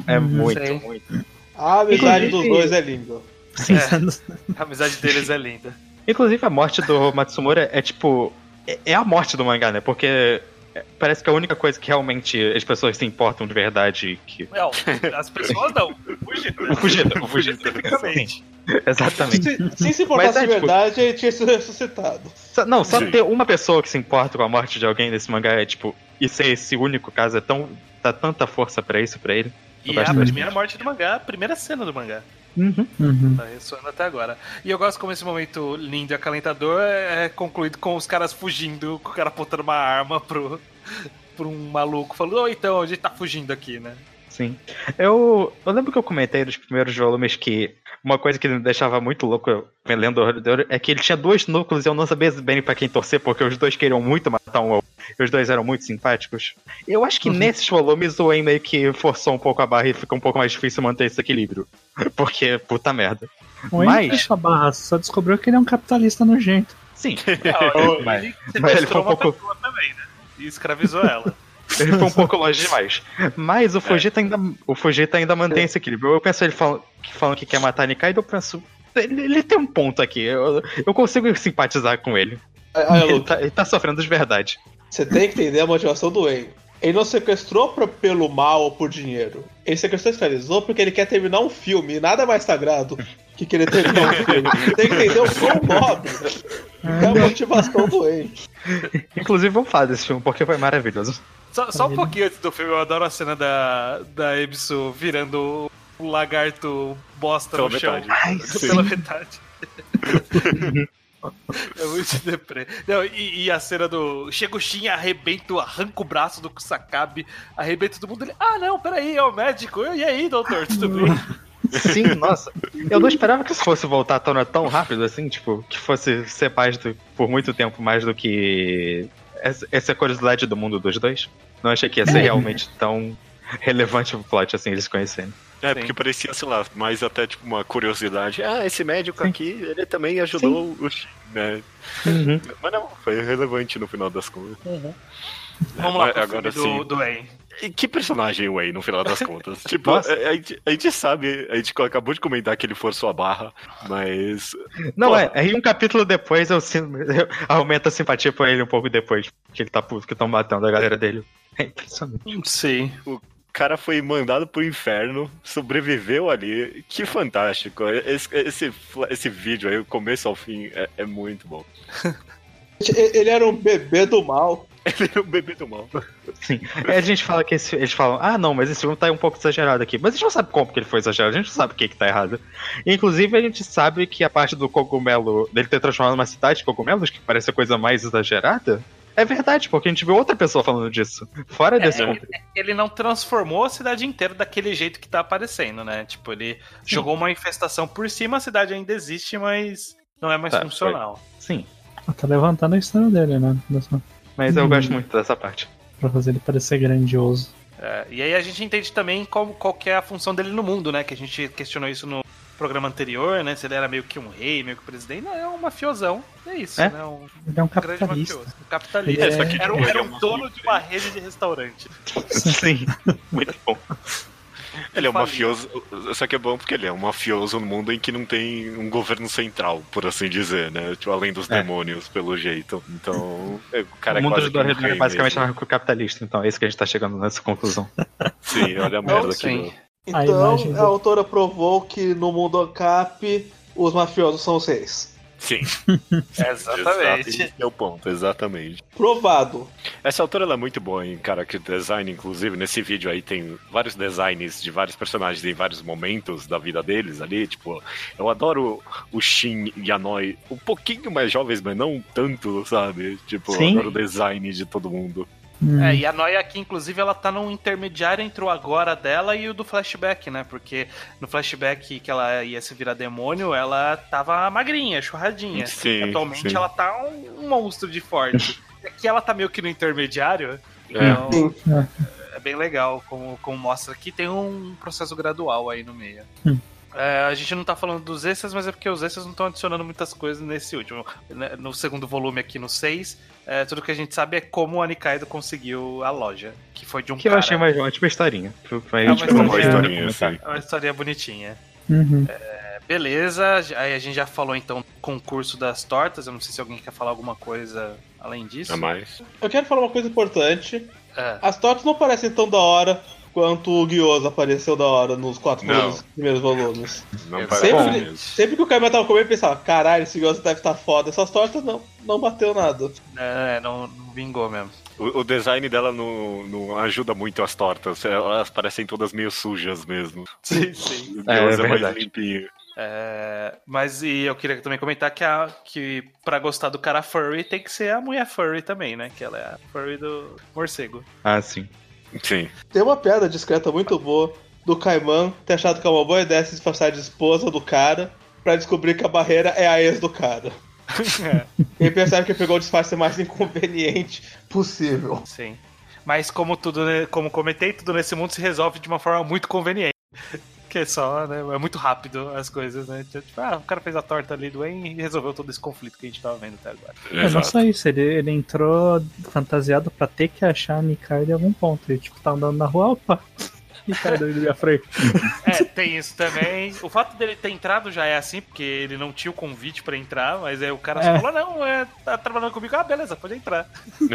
muito. A amizade dos dois é linda. Sim. A amizade deles é linda. Inclusive, a morte do Matsumura é, tipo... É a morte do mangá, né? Porque... Parece que a única coisa que realmente as pessoas se importam de verdade que... Não, as pessoas não. O Fujita. Especificamente. Exatamente. Se importasse de verdade, ele tinha sido ressuscitado. Só ter uma pessoa que se importa com a morte de alguém nesse mangá é tipo... E ser esse único caso dá tanta força pra isso, pra ele. E é a primeira morte do mangá, a primeira cena do mangá. Tá ressoando até agora. E eu gosto como esse momento lindo e acalentador é concluído com os caras fugindo, com o cara apontando uma arma pro um maluco falando, então, a gente tá fugindo aqui, né? Sim. Eu lembro que eu comentei nos primeiros volumes que uma coisa que me deixava muito louco lendo o Horror é que ele tinha 2 núcleos e eu não sabia bem pra quem torcer, porque os dois queriam muito matar um ao outro. E os dois eram muito simpáticos. Eu acho que nesses volumes o Wayne meio que forçou um pouco a barra e ficou um pouco mais difícil manter esse equilíbrio. Porque, puta merda. O Wayne fez a barra, só descobriu que ele é um capitalista nojento. Sim. Mas ele foi um pouco... também, né? E escravizou ela. Ele foi um pouco longe demais. Mas o Fujita ainda mantém esse equilíbrio. Eu penso ele falando que quer matar a Nikaido, eu penso... Ele tem um ponto aqui. Eu consigo simpatizar com ele. Ele tá sofrendo de verdade. Você tem que entender a motivação do Wayne. Ele não sequestrou pelo mal ou por dinheiro. Ele sequestrou e escravizou porque ele quer terminar um filme. E nada mais sagrado que querer terminar um filme. Tem que entender o quão nobre é a motivação do Wayne. Inclusive, vamos falar desse filme, porque foi maravilhoso. Só um pouquinho antes do filme, eu adoro a cena da Ebisu virando o lagarto bosta no chão. Pela metade. É muito deprê. Não, e a cena do... Chega o Shin, arranca o braço do Kusakabe, arrebenta todo mundo. Ele, não, peraí, é o médico. E aí, doutor, tudo bem? Sim, nossa. Eu não esperava que isso fosse voltar tão rápido assim, tipo, que fosse ser por muito tempo mais do que essa curiosidade do mundo dos dois. Não achei que ia ser realmente tão relevante o plot assim, eles conhecendo. Porque parecia, sei lá, mais até tipo uma curiosidade. Esse médico aqui, ele também ajudou o Shin, né? Mas não, foi relevante no final das contas. Vamos lá pro agora filme do Wei. E que personagem o Wei, no final das contas? Tipo, a gente sabe, a gente acabou de comentar que ele forçou a barra, mas... Não, aí um capítulo depois eu aumento a simpatia por ele um pouco depois, porque ele tá puto que estão matando a galera dele. É impressionante. Sim. O cara foi mandado pro inferno, sobreviveu ali. Que fantástico. Esse vídeo aí, o começo ao fim, é muito bom. Ele era um bebê do mal. Ele era um bebê do mal. Sim. Aí a gente fala que eles falam, não, mas esse filme tá um pouco exagerado aqui. Mas a gente não sabe como que ele foi exagerado, a gente não sabe o que tá errado. Inclusive, a gente sabe que a parte do cogumelo, dele ter transformado uma cidade de cogumelos, que parece a coisa mais exagerada, é verdade, porque a gente viu outra pessoa falando disso. Fora desse ponto. Ele não transformou a cidade inteira daquele jeito que tá aparecendo, né? Tipo, ele jogou uma infestação por cima, a cidade ainda existe, mas não é mais funcional. Sim. Tá levantando a história dele, né? Mas eu gosto muito dessa parte. Pra fazer ele parecer grandioso. E aí a gente entende também qual que é a função dele no mundo, né? Que a gente questionou isso no programa anterior, né? Se ele era meio que um rei, meio que um presidente. Não, é um mafiosão. É isso, né? Ele é um capitalista. Um capitalista. Era um dono de uma rede de restaurante. Sim, muito bom. Ele é um mafioso, só que é bom porque ele é um mafioso no mundo em que não tem um governo central, por assim dizer, né? Tipo, além dos demônios, pelo jeito. Então, o cara o mundo quase do Redor é basicamente anarcocapitalista, então é isso que a gente tá chegando nessa conclusão. Sim, olha a merda aqui. Então, a autora provou que no mundo ANCAP os mafiosos são os reis. Sim. Exatamente. Esse é o ponto, exatamente. Provado. Essa autora ela é muito boa em character design, inclusive nesse vídeo aí tem vários designs de vários personagens em vários momentos da vida deles ali, tipo, eu adoro o Shin e a Noi um pouquinho mais jovens, mas não tanto, sabe? Tipo, eu adoro o design de todo mundo. E a Noia aqui, inclusive, ela tá num intermediário entre o agora dela e o do flashback, né? Porque no flashback que ela ia se virar demônio, ela tava magrinha, churradinha. Sim, atualmente sim. ela tá um monstro de forte. Aqui ela tá meio que no intermediário. Então, é bem legal, como mostra aqui, tem um processo gradual aí no meio. A gente não tá falando dos extras, mas é porque os extras não estão adicionando muitas coisas nesse último. No segundo volume aqui no 6, tudo que a gente sabe é como a Nikaido conseguiu a loja, que foi de um que cara. Eu achei mais uma tipo historinha. É uma historinha bonitinha. Beleza, aí a gente já falou então do concurso das tortas, eu não sei se alguém quer falar alguma coisa além disso. A mais. Eu quero falar uma coisa importante. As tortas não parecem tão da hora quanto o Gyoza apareceu da hora nos 4 primeiros volumes. Não parece. Sempre que o Kaiman tava comendo, eu pensava, caralho, esse Gyoza deve estar foda. Essas tortas não bateu nada. Não vingou mesmo. O design dela não ajuda muito as tortas. Elas parecem todas meio sujas mesmo. Sim. O Gyoza é mais limpinho. Mas eu queria também comentar que pra gostar do cara furry tem que ser a mulher furry também, né? Que ela é a furry do morcego. Sim. Sim. Tem uma piada discreta muito boa do Kaiman ter achado que é uma boa ideia se disfarçar de esposa do cara pra descobrir que a barreira é a ex do cara. E percebe que pegou o disfarce mais inconveniente possível. Sim. Mas como comentei, tudo nesse mundo se resolve de uma forma muito conveniente. Que é só, né? É muito rápido as coisas, né? Tipo, o cara fez a torta ali do En e resolveu todo esse conflito que a gente tava vendo até agora. Não só isso, ele entrou fantasiado pra ter que achar a Nikaido em algum ponto. Ele tipo, tá andando na rua, opa! Nikaido ali na frente. Tem isso também. O fato dele ter entrado já é assim, porque ele não tinha o convite pra entrar, mas aí o cara só falou, não, tá trabalhando comigo, beleza, pode entrar.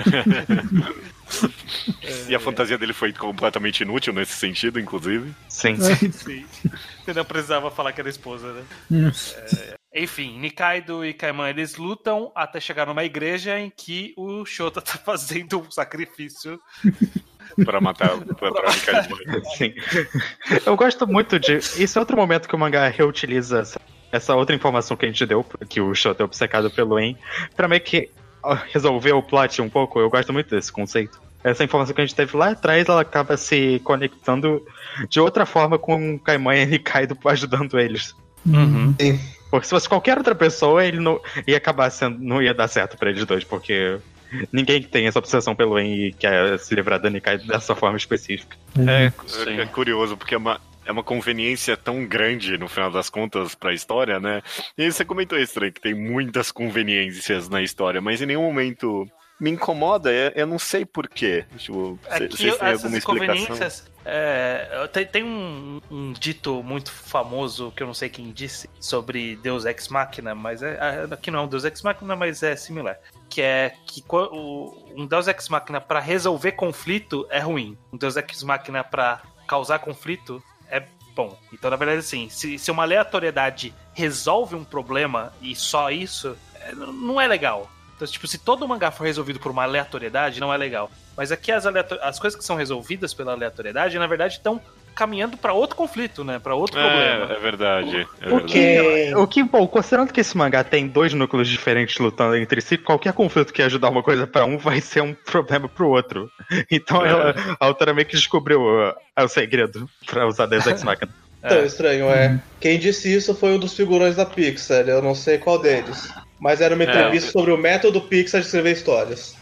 E a fantasia dele foi completamente inútil nesse sentido, inclusive. Sim. Você não precisava falar que era esposa, né? Enfim, Nikaido e Kaiman, eles lutam até chegar numa igreja em que o Shota tá fazendo um sacrifício pra matar pra Nikaido morrer. Sim. Eu gosto muito de... Isso é outro momento que o mangá reutiliza essa outra informação que a gente deu, que o Shota é obcecado pelo En, pra meio que resolver o plot um pouco. Eu gosto muito desse conceito. Essa informação que a gente teve lá atrás, ela acaba se conectando de outra forma com o Kaiman e Nikaido ajudando eles. Sim. Porque se fosse qualquer outra pessoa, ele não ia acabar não ia dar certo pra eles dois, porque Ninguém tem essa obsessão pelo En e quer se livrar da Nikai dessa forma específica. É curioso, porque é uma conveniência tão grande, no final das contas, pra história, né? E você comentou isso, Trey, que tem muitas conveniências na história, mas em nenhum momento me incomoda, eu não sei porquê. Tipo, vocês têm alguma explicação? Tem um dito muito famoso, que eu não sei quem disse, sobre Deus Ex Machina, mas aqui não é um Deus Ex Machina, mas é similar. Que é que um Deus Ex Machina pra resolver conflito é ruim. Um Deus Ex Machina pra causar conflito é bom. Então, na verdade, assim, se uma aleatoriedade resolve um problema e só isso, não é legal. Então, tipo, se todo o mangá for resolvido por uma aleatoriedade, não é legal. Mas aqui as coisas que são resolvidas pela aleatoriedade, na verdade, estão caminhando pra outro conflito, né? Pra outro problema. É verdade. O que, bom, considerando que esse mangá tem 2 núcleos diferentes lutando entre si, qualquer conflito que ajudar uma coisa pra um vai ser um problema pro outro. Então a autora meio que descobriu o segredo pra usar Deus Ex Machina. Então, estranho, Quem disse isso foi um dos figurões da Pixar, eu não sei qual deles. Mas era uma entrevista sobre o método Pixar de escrever histórias.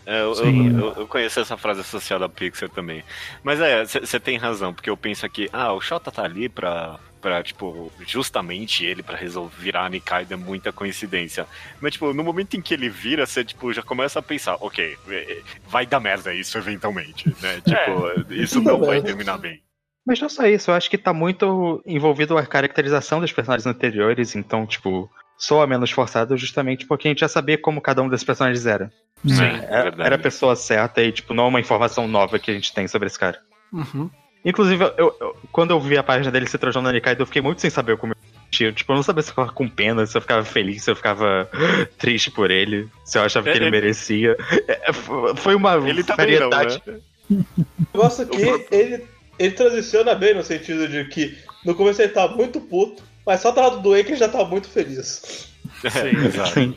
Eu conheço essa frase associada à Pixar também. Mas você tem razão, porque eu penso aqui, o Shota tá ali pra tipo, justamente ele pra virar a Nikaido é muita coincidência. Mas, tipo, no momento em que ele vira, você, tipo, já começa a pensar, ok, vai dar merda isso eventualmente, né? Tipo, isso não vai terminar bem. Mas não só isso, eu acho que tá muito envolvido a caracterização dos personagens anteriores, então, tipo, soa menos forçado justamente porque a gente já sabia como cada um desses personagens era. Sim, era a pessoa certa e, tipo, não é uma informação nova que a gente tem sobre esse cara. Uhum. Inclusive, quando eu vi a página dele se transformando na Nikaido, eu fiquei muito sem saber como eu sentia. Tipo, eu não sabia se eu ficava com pena, se eu ficava feliz, se eu ficava triste por ele, se eu achava que ele merecia. Foi uma variedade. Eu gosto que ele transiciona bem no sentido de que no começo ele tá muito puto, mas só do lado do En que ele já tá muito feliz. Sim, exato. Sim.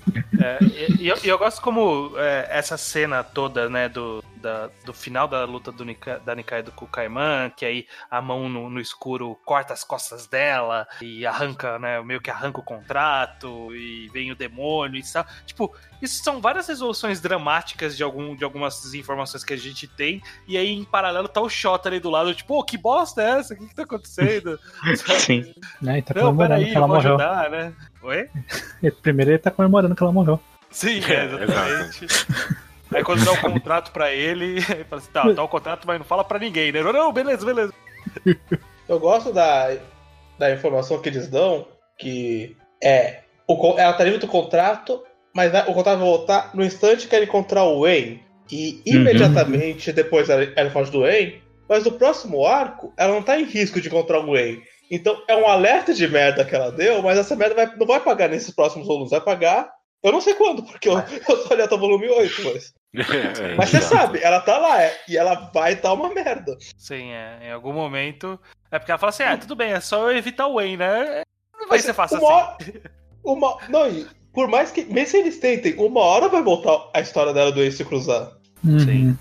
E eu gosto como essa cena toda, né, do final da luta da Nikaido com o Kaiman, que aí a mão no escuro corta as costas dela e arranca, né, meio que arranca o contrato e vem o demônio e tal. Tipo, isso são várias resoluções dramáticas de algumas informações que a gente tem, e aí em paralelo tá o Shota ali do lado, tipo, que bosta é essa? O que tá acontecendo? Sim. Né, tá comemorando que ela morreu. Ajudar, né? Oi? Primeiro ele tá comemorando que ela morreu. Sim, exatamente. Aí quando dá o contrato pra ele fala assim, tá o contrato, mas não fala pra ninguém, né? Não, beleza. Eu gosto da informação que eles dão, que ela tá livre do contrato, mas o contrato vai voltar no instante que ela encontrar o En. E imediatamente depois ela foge do En, mas no próximo arco, ela não tá em risco de encontrar o En. Então é um alerta de merda que ela deu, mas essa merda não vai pagar nesses próximos volumes, vai pagar, eu não sei quando, porque eu só li até o volume 8, mas você sabe, ela tá lá, e ela vai dar uma merda. Sim, em algum momento, porque ela fala assim, tudo bem, é só eu evitar o En, né? Não vai ser fácil assim. Não, por mais que, mesmo se eles tentem, uma hora vai voltar a história dela do En se cruzar. Sim.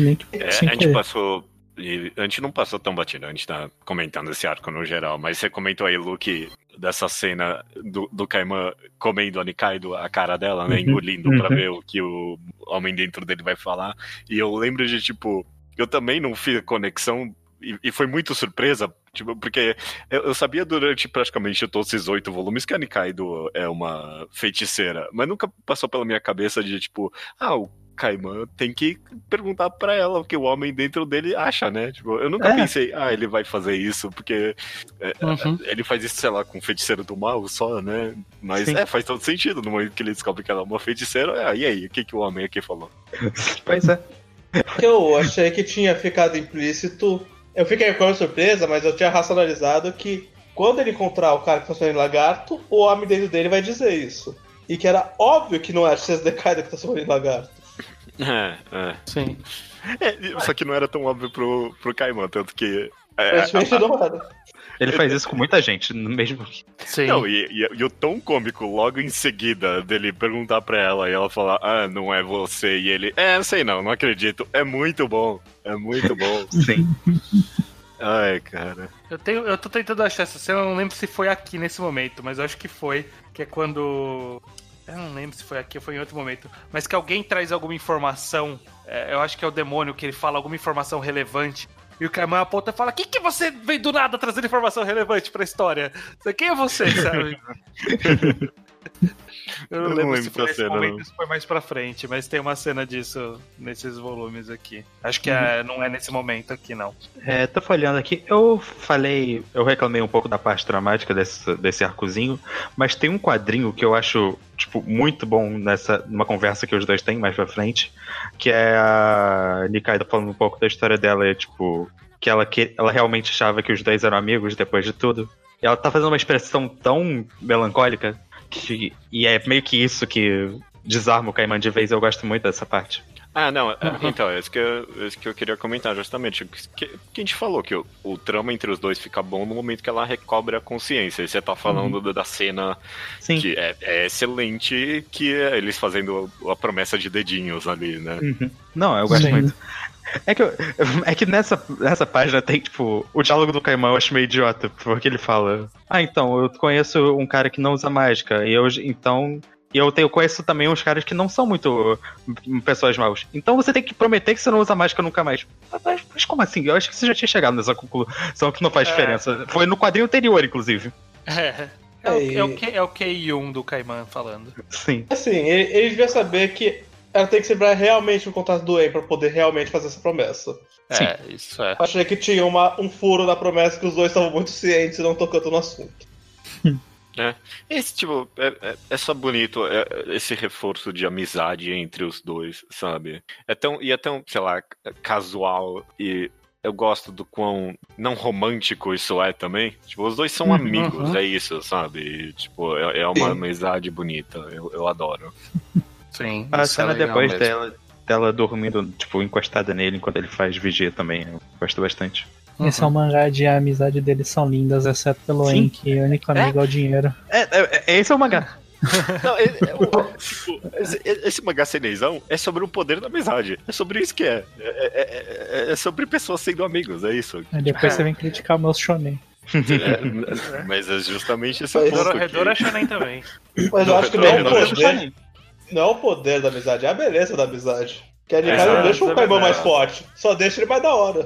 A gente não passou tão batido, a gente tá comentando esse arco no geral, mas você comentou aí, Luke, dessa cena do Kaiman comendo a Nikaido, a cara dela, né, engolindo pra ver o que o homem dentro dele vai falar, e eu lembro de, tipo, eu também não fiz conexão, e foi muito surpresa, tipo, porque eu sabia durante praticamente todos esses 8 volumes que a Nikaido é uma feiticeira, mas nunca passou pela minha cabeça de, tipo, o Kaiman tem que perguntar pra ela o que o homem dentro dele acha, né? Tipo, eu nunca pensei, ele vai fazer isso, porque ele faz isso, sei lá, com um feiticeiro do mal só, né? Mas faz todo sentido no momento que ele descobre que ela é uma feiticeira. E aí, o que o homem aqui falou? Pois é. Eu achei que tinha ficado implícito. Eu fiquei com uma surpresa, mas eu tinha racionalizado que quando ele encontrar o cara que transforma em lagarto, o homem dentro dele vai dizer isso. E que era óbvio que não era o Dekaido que transformou em lagarto. Sim. Só que não era tão óbvio pro Kaiman, tanto que... Ele faz isso com muita gente, mesmo. Sim. Não, e o tom cômico, logo em seguida, dele perguntar pra ela e ela falar, não é você, e ele, sei não acredito, é muito bom. Sim. Ai, cara. Eu tô tentando achar essa cena, eu não lembro se foi aqui nesse momento, mas eu acho que foi, que é quando Eu não lembro se foi aqui ou foi em outro momento. Mas que alguém traz alguma informação. Eu acho que é o demônio que ele fala alguma informação relevante. E o Kaiman aponta e fala: que você veio do nada trazendo informação relevante pra história? Quem é você, sabe? Eu não lembro se foi nesse momento ou se foi mais pra frente, mas tem uma cena disso nesses volumes aqui. Acho que não é nesse momento aqui, não. Tô folheando aqui. Eu reclamei um pouco da parte dramática desse arcozinho, mas tem um quadrinho que eu acho, tipo, muito bom numa conversa que os dois têm mais pra frente, que é a Nikaido falando um pouco da história dela, tipo, que ela realmente achava que os dois eram amigos depois de tudo. E ela tá fazendo uma expressão tão melancólica, e é meio que isso que desarma o Kaiman de vez. Eu gosto muito dessa parte. Não, então, é isso que eu queria comentar justamente. Que a gente falou que o trama entre os dois fica bom no momento que ela recobre a consciência. E você tá falando da cena Sim. Que é excelente, que é eles fazendo a promessa de dedinhos ali, né? Não, eu gosto muito. É que nessa página tem, tipo, o diálogo do Kaiman eu acho meio idiota, porque ele fala: então, eu conheço um cara que não usa mágica, e eu conheço também uns caras que não são muito pessoas maus. Então você tem que prometer que você não usa mágica nunca mais. Mas como assim? Eu acho que você já tinha chegado nessa conclusão que não faz diferença. Foi no quadrinho anterior, inclusive. É o Kei-Yun do Kaiman falando. Sim. Assim, ele devia saber que ela tem que se livrar realmente do contato do Wayne pra poder realmente fazer essa promessa. Sim. Isso é. Achei que tinha um furo na promessa que os dois estavam muito cientes e não tocando no assunto. Esse tipo, é só bonito esse reforço de amizade entre os dois, sabe? É tão, sei lá, casual, e eu gosto do quão não romântico isso é também. Tipo, os dois são amigos, é isso, sabe? E, tipo, é uma amizade bonita, eu adoro. Sim. A cena depois dela dormindo, tipo, encostada nele enquanto ele faz vigia também, eu gosto bastante. Esse é um mangá de a amizade deles são lindas, exceto pelo En, que o único amigo é o dinheiro. Esse é o mangá. Não, esse mangá cenezão é sobre o poder da amizade. É sobre isso que é. É sobre pessoas sendo amigos, é isso. Aí depois você vem criticar o meu shonen. Mas é justamente esse Mas ponto. O Redor é shonen também. Mas eu acho que não é o poder. Não é o poder da amizade, é a beleza da amizade. Que a Nikaido não deixa o Kaiman mais forte, só deixa ele mais da hora.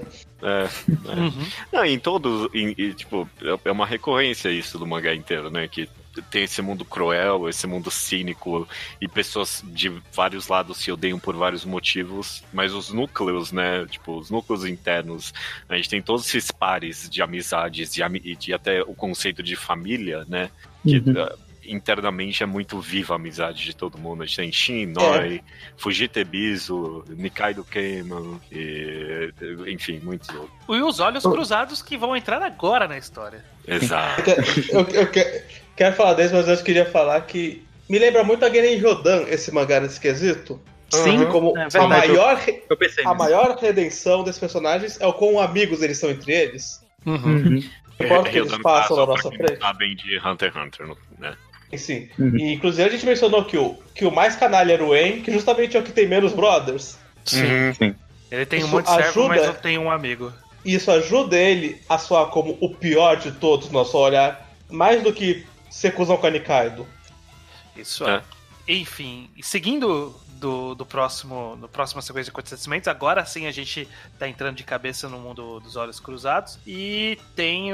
Não, em todos, tipo, é uma recorrência isso do mangá inteiro, né? Que tem esse mundo cruel, esse mundo cínico, e pessoas de vários lados se odeiam por vários motivos, mas os núcleos, né? Tipo, os núcleos internos, a gente tem todos esses pares de amizades e de até o conceito de família, né? Que internamente é muito viva a amizade de todo mundo. A gente tem Shin, Noi, Fujita Ebisu, Nikaido Keiman, enfim, muitos outros. E os olhos cruzados que vão entrar agora na história. Exato. Eu quero falar deles, mas eu queria falar que me lembra muito a Genen Jodan, esse mangá nesse quesito. Sim, como verdade, eu pensei a maior redenção desses personagens é o quão amigos eles são entre eles. Importa que eles passam na nossa frente. Sabem de Hunter x Hunter, né? Sim. E inclusive a gente mencionou que o mais canalha era o En, que justamente é o que tem menos brothers. Sim. Ele tem um monte de servo, mas não tem um amigo. Isso ajuda ele a soar como o pior de todos no nosso olhar, mais do que ser cuzão com a Nikaido. Isso é. Enfim, seguindo do próxima sequência de acontecimentos, agora sim a gente tá entrando de cabeça no mundo dos olhos cruzados, e tem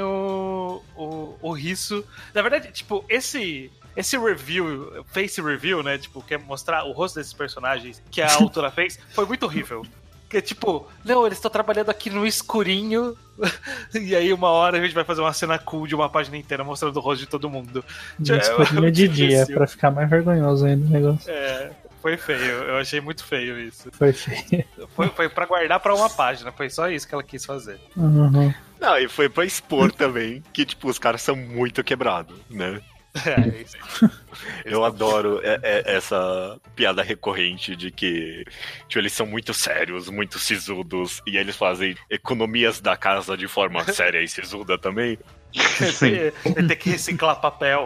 o Riso. Na verdade, tipo, esse review, face review, né, tipo, quer mostrar o rosto desses personagens que a autora fez, foi muito horrível. Que tipo, não, eles estão trabalhando aqui no escurinho, e aí uma hora a gente vai fazer uma cena cool de uma página inteira mostrando o rosto de todo mundo. No escurinho de dia, pra ficar mais vergonhoso ainda o negócio. Foi feio, eu achei muito feio isso. Foi feio. Foi pra guardar pra uma página, foi só isso que ela quis fazer. Não, e foi pra expor também que, tipo, os caras são muito quebrados, né? Isso. Eu adoro essa piada recorrente de que, tipo, eles são muito sérios, muito sisudos, e eles fazem economias da casa de forma séria e sisuda também. Ele tem que reciclar papel.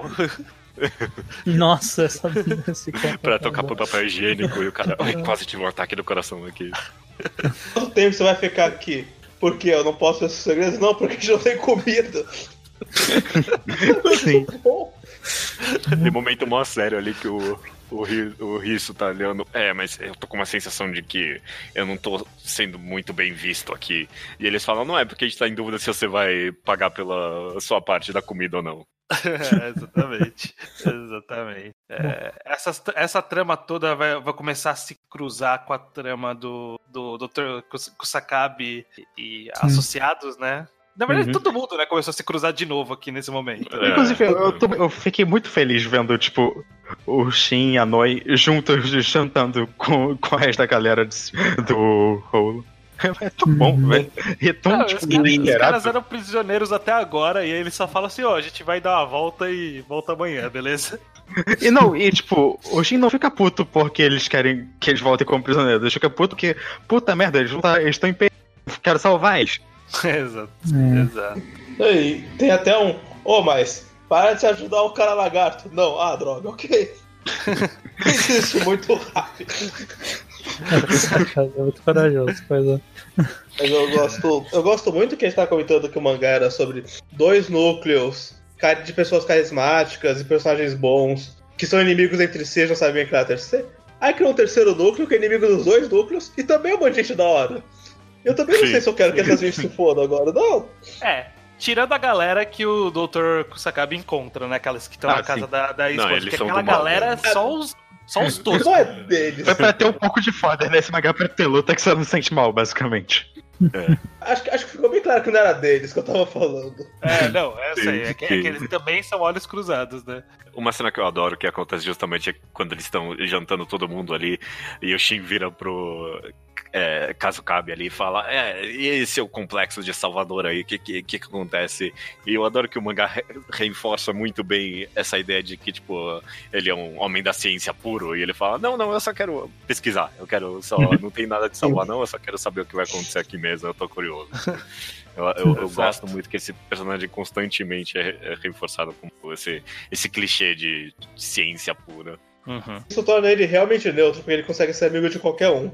Nossa, essa pra tocar pro papel higiênico, e o cara quase tive um ataque do coração aqui. Quanto tempo você vai ficar aqui? Porque eu não posso ver esses segredos? Não, porque a gente não tem comida. Sim. Tem momento mó sério ali que o O Risso tá olhando. Mas eu tô com uma sensação de que eu não tô sendo muito bem visto aqui. E eles falam, não é porque a gente tá em dúvida se você vai pagar pela sua parte da comida ou não. Exatamente. Essa trama toda vai começar a se cruzar com a trama do Dr. Kusakabe e associados, né? Na verdade, todo mundo, né, começou a se cruzar de novo aqui nesse momento. Inclusive, eu fiquei muito feliz vendo, tipo, o Shin e a Noi juntos jantando com o resto da galera do rolo. É tão bom, velho. E é tão, os caras eram prisioneiros até agora, e aí eles só falam assim, a gente vai dar uma volta e volta amanhã, beleza? Tipo, o Shin não fica puto porque eles querem que eles voltem como prisioneiros. Eles ficam puto porque, puta merda, eles estão em perigo. Quero salvar eles. Exato. E tem até um. Mas para de ajudar o cara lagarto. Não, droga, ok. Existe muito rápido. É muito corajoso, coisa. Mas eu gosto muito que a gente tá comentando que o mangá era sobre 2 núcleos de pessoas carismáticas e personagens bons que são inimigos entre si e não sabiam criar terceiro. Aí criou um terceiro núcleo que é inimigo dos 2 núcleos e também é um monte de gente da hora. Eu também não sei se eu quero que essas gente se fodam agora, não. Tirando a galera que o Dr. Kusakabe encontra, né? Aquelas que estão na casa da esposa. Porque aquela galera é só os toscos. Não é deles. Foi pra ter um pouco de foda nesse mangá pra ter luta que você não se sente mal, basicamente. Acho que ficou bem claro que não era deles que eu tava falando. Essa aí. É que eles também são olhos cruzados, né? Uma cena que eu adoro que acontece justamente quando eles estão jantando todo mundo ali e o Shin vira pro Kusakabe ali e fala, e esse é o complexo de Salvador aí, o que acontece? E eu adoro que o mangá reforça muito bem essa ideia de que, tipo, ele é um homem da ciência puro e ele fala, não, eu só quero pesquisar, não tem nada de salvar não, eu só quero saber o que vai acontecer aqui mesmo, eu tô curioso. Eu gosto muito que esse personagem constantemente é reforçado com esse clichê de ciência pura. Isso torna ele realmente neutro, porque ele consegue ser amigo de qualquer um.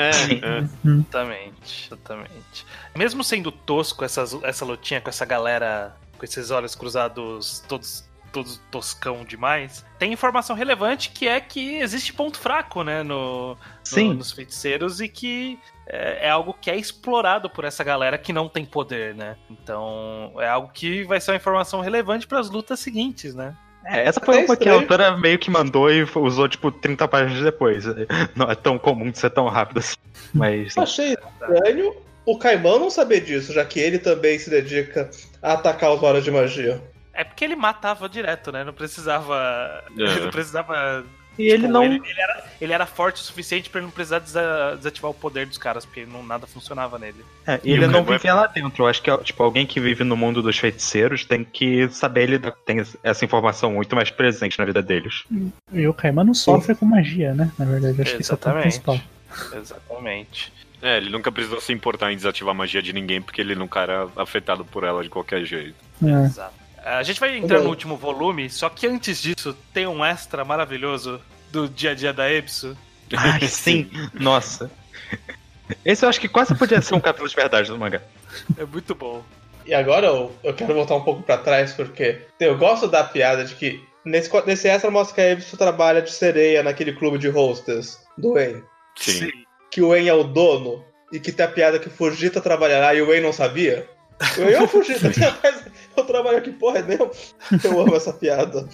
Exatamente. Mesmo sendo tosco essa lutinha com essa galera, com esses olhos cruzados todos toscão demais, tem informação relevante que é que existe ponto fraco, né, nos feiticeiros e que é algo que é explorado por essa galera que não tem poder, né? Então é algo que vai ser uma informação relevante para as lutas seguintes, né? Essa foi uma que a autora meio que mandou e usou, tipo, 30 páginas depois. Não é tão comum de ser tão rápido assim. Mas, eu achei estranho o Caimão não saber disso, já que ele também se dedica a atacar os varas de magia. É porque ele matava direto, né? Não precisava... Ele não precisava... E ele não... Ele era forte o suficiente pra ele não precisar desativar o poder dos caras, porque nada funcionava nele. E ele não vivia lá dentro. Eu acho que, tipo, alguém que vive no mundo dos feiticeiros tem que saber lidar, tem essa informação muito mais presente na vida deles. E o Kaiman não sofre com magia, né? Na verdade, acho que isso é o principal. Exatamente. Ele nunca precisou se importar em desativar a magia de ninguém, porque ele nunca era afetado por ela de qualquer jeito. Exato. A gente vai entrar no último volume, só que antes disso tem um extra maravilhoso do dia a dia da Epsu. Ai, sim. Nossa. Esse eu acho que quase podia ser um capítulo de verdade do mangá. É muito bom. E agora eu quero voltar um pouco pra trás, porque eu gosto da piada de que nesse extra mostra que a Epsu trabalha de sereia naquele clube de hostess do Wayne. Sim. Que o Wayne é o dono e que tem a piada que o Fujita trabalhará e o Wayne não sabia. O Wayne é o Fujita, eu trabalho aqui, porra, é mesmo? Eu amo essa piada.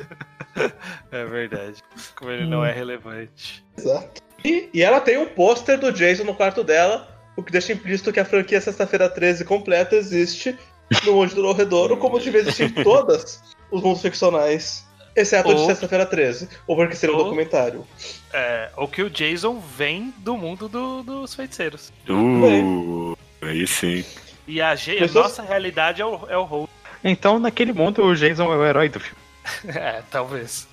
É verdade. Como ele não é relevante. Exato. E ela tem um pôster do Jason no quarto dela, o que deixa implícito que a franquia Sexta-feira 13 completa existe no mundo do Dorredouro, como devia existir em todos os mundos ficcionais, exceto o de Sexta-feira 13, ou porque seria um documentário. Ou que o Jason vem do mundo dos feiticeiros. Aí sim. E a nossa realidade é o Hulk. Então, naquele mundo, o Jason é o herói do filme. Talvez.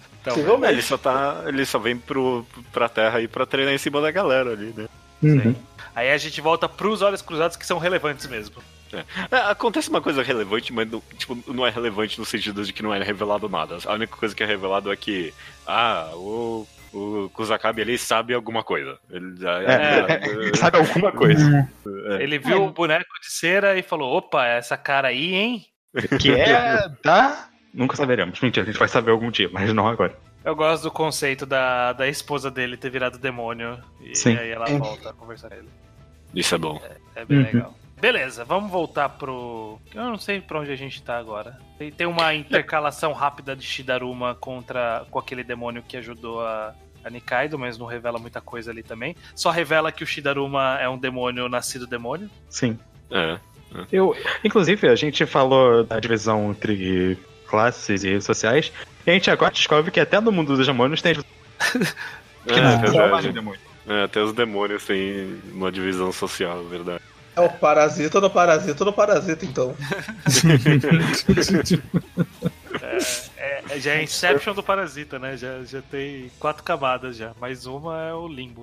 Ele só vem pra Terra aí pra treinar em cima da galera ali, né? Sim. Aí a gente volta pros olhos cruzados que são relevantes mesmo. Acontece uma coisa relevante, mas não é relevante no sentido de que não é revelado nada. A única coisa que é revelado é que o Kusakabe ali sabe alguma coisa. Ele sabe alguma coisa. Ele viu o boneco de cera e falou: opa, essa cara aí, hein? Que é da... Nunca saberemos. Mentira, a gente vai saber algum dia, mas não agora. Eu gosto do conceito da esposa dele ter virado demônio. E Sim. aí ela volta a conversar com ele. Isso é bom. É bem legal. Beleza, vamos voltar pro... Eu não sei pra onde a gente tá agora. Tem uma intercalação rápida de Shidaruma com aquele demônio que ajudou a Nikaido, mas não revela muita coisa ali também. Só revela que o Shidaruma é um demônio nascido demônio. Sim. É. Inclusive, a gente falou da divisão entre classes e redes sociais, e a gente agora descobre que até no mundo dos demônios tem... Que não verdade. Até os demônios têm uma divisão social, é verdade. É o parasita no parasita no parasita, então. Já é Inception do parasita, né? Já tem 4 camadas já. Mais uma é o limbo.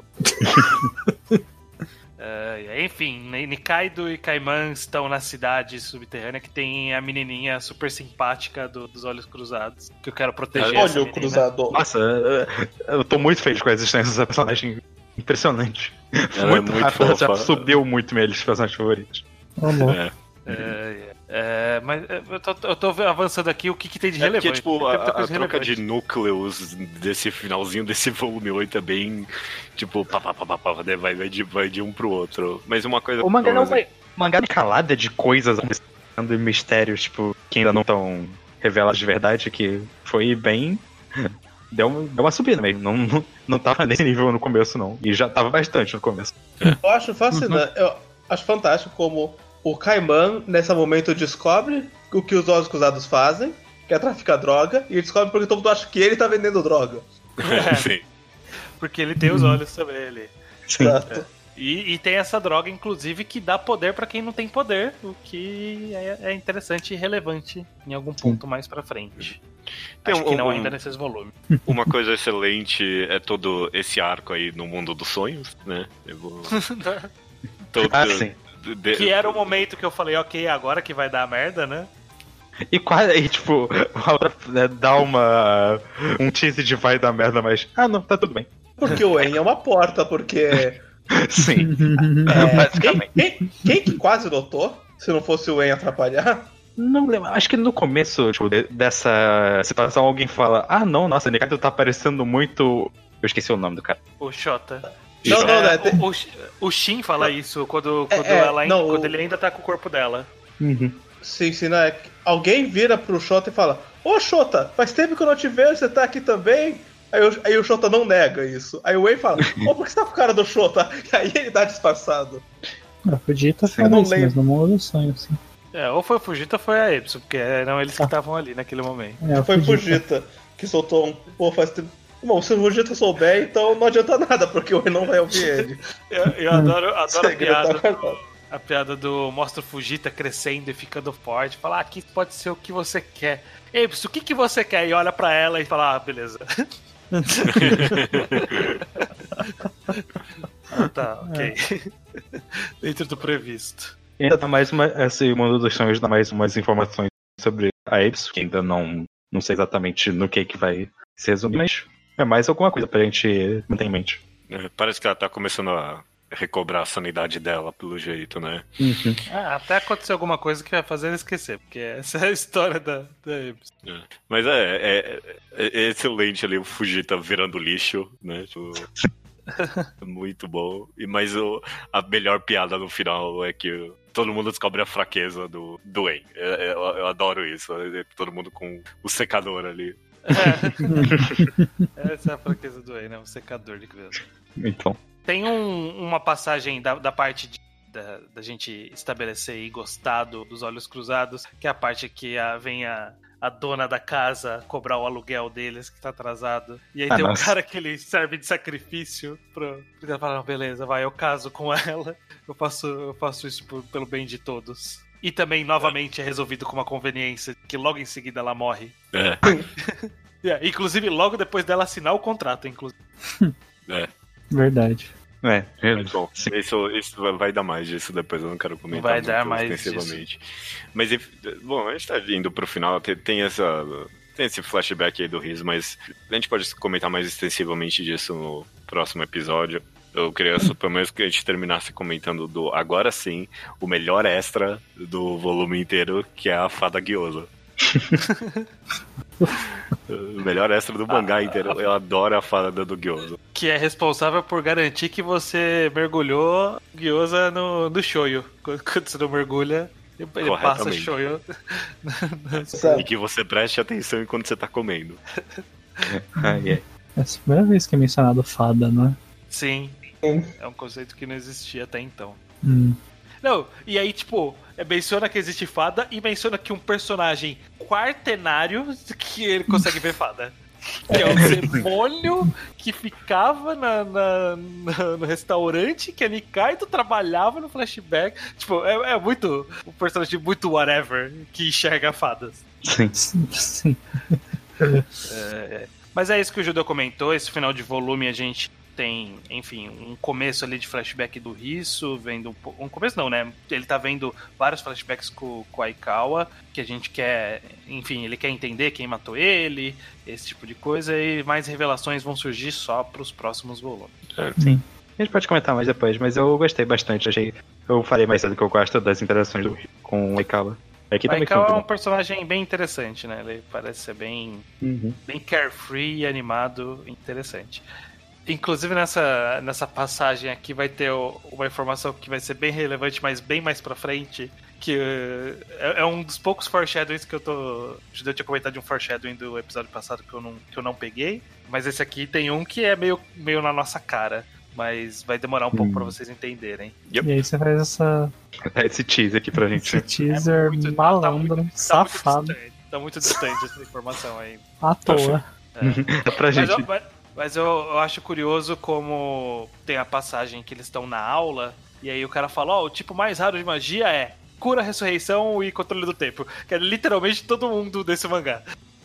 Enfim, Nikaido e Kaiman estão na cidade subterrânea que tem a menininha super simpática dos olhos cruzados, que eu quero proteger. Olho cruzado. Nossa, eu tô muito feliz com a existência dessa personagem. Impressionante. Ela muito rápido, ela já fofa. subiu muito meus personagens favoritos. Mas eu tô avançando aqui, o que tem de relevante? Porque, tipo, Tem muita a coisa troca relevante. de núcleos desse finalzinho desse volume 8 é bem, tipo, né? vai de um pro outro. Mas uma coisa... O mangá não vai... mangá de calada de coisas acontecendo e mistérios, tipo, que ainda não estão revelados de verdade, que foi bem... Deu uma subida mesmo. Não tava nesse nível no começo, não. E já tava bastante no começo. Eu acho fascinante. Eu acho fantástico como o Kaiman, nesse momento, descobre o que os olhos cruzados fazem, que é traficar droga, e ele descobre porque todo mundo acha que ele tá vendendo droga. Sim. Porque ele tem os olhos também ali. Exato. E tem essa droga, inclusive, que dá poder pra quem não tem poder, o que é interessante e relevante em algum ponto mais pra frente. Acho que não ainda nesses volumes. Uma coisa excelente é todo esse arco aí no mundo dos sonhos, né? Sim. Que era o momento que eu falei, ok, agora que vai dar merda, né? E quase, e, tipo, a outra, né, dá um tease de vai dar merda, mas... não, tá tudo bem. Porque o En é uma porta, porque... Sim. Basicamente. Quem que quase notou, se não fosse o En atrapalhar? Não lembro, acho que no começo, tipo, dessa situação, alguém fala, nossa, Nikaido tá parecendo muito... Eu esqueci o nome do cara. O Shota. O Shin fala isso quando ele ainda tá com o corpo dela. Uhum. Sim, né? Alguém vira pro Shota e fala: Ô Shota, faz tempo que eu não te vejo, você tá aqui também? Aí o Shota não nega isso. Aí o Wei fala: por que você tá com o cara do Shota? E aí ele tá disfarçado. A Fujita fala isso, mas no mundo dos sonhos, sim. Ou foi o Fujita ou foi a Epson, porque eram eles que estavam ali naquele momento. Foi o Fujita que soltou faz tempo. Bom, se o Fujita souber, então não adianta nada, porque o Wei não vai ouvir ele. Eu adoro a piada. A piada do mostra o Fujita crescendo e ficando forte. Fala, aqui pode ser o que você quer. Epson, o que você quer? E olha pra ela e fala, beleza. Tá, ok. Dentro do previsto. E ainda dá mais esse mundo dos sonhos dá mais umas informações sobre a Epson, que ainda não sei exatamente no que vai se resumir, mas é mais alguma coisa pra gente manter em mente. Parece que ela tá começando a recobrar a sanidade dela, pelo jeito, né? Uhum. Até acontecer alguma coisa que vai fazer ela esquecer, porque essa é a história da Epson. Mas é excelente ali o Fujita virando lixo, né? Tipo, muito bom. Mas a melhor piada no final é que todo mundo descobre a fraqueza do En. Eu adoro isso. Todo mundo com o secador ali. Essa é a fraqueza do En, né? O secador de cabelo. Então. Tem uma passagem da parte da gente estabelecer e gostar dos olhos cruzados, que é a parte que vem a dona da casa cobrar o aluguel deles, que tá atrasado. E aí tem um cara que ele serve de sacrifício porque ele fala, beleza, vai, eu caso com ela, eu faço isso pelo bem de todos. E também, novamente, é resolvido com uma conveniência, que logo em seguida ela morre. Inclusive, logo depois dela assinar o contrato, inclusive. Verdade. Muito bom. Isso vai dar mais disso depois, eu não quero comentar vai dar mais extensivamente. Mas, bom, a gente tá indo pro final, tem esse flashback aí do Riz, mas a gente pode comentar mais extensivamente disso no próximo episódio. Eu queria pelo menos que a gente terminasse comentando agora sim, o melhor extra do volume inteiro, que é a Fada Gyoza. O melhor extra do mangá inteiro. Eu adoro a fala do Gyoza. Que é responsável por garantir que você mergulhou Gyoza no shoyu. Quando você não mergulha, ele passa shoyu. E que você preste atenção enquanto você tá comendo. É a primeira vez que é mencionado fada, não é? Sim. É um conceito que não existia até então. Não, e aí, tipo, menciona que existe fada e menciona que um personagem quartenário que ele consegue ver fada. Que é o demônio que ficava no restaurante que a Nikaido trabalhava no flashback. Tipo, é muito um personagem muito whatever que enxerga fadas. Sim. Mas é isso que o Judeu comentou. Esse final de volume a gente tem, enfim, um começo ali de flashback do Risso, vendo um começo não, né? Ele tá vendo vários flashbacks com o Aikawa, que a gente quer, enfim, ele quer entender quem matou ele, esse tipo de coisa, e mais revelações vão surgir só pros próximos volumes. Sim. A gente pode comentar mais depois, mas eu gostei bastante. Eu falei mais cedo que eu gosto das interações do Risso com o Aikawa. O Aikawa é um personagem bem interessante, né? Ele parece ser bem carefree e animado, interessante. Inclusive nessa passagem aqui vai ter uma informação que vai ser bem relevante, mas bem mais pra frente, que é um dos poucos foreshadowings que eu tô... Eu tinha comentado de um foreshadowing do episódio passado que eu não peguei, mas esse aqui tem um que é meio na nossa cara, mas vai demorar um pouco pra vocês entenderem. E aí você faz esse teaser aqui pra gente. Esse teaser malandro, safado. Tá muito distante essa informação aí. À toa. Pra gente... Mas eu acho curioso como tem a passagem que eles estão na aula e aí o cara fala, o tipo mais raro de magia é cura, ressurreição e controle do tempo. Que é literalmente todo mundo desse mangá.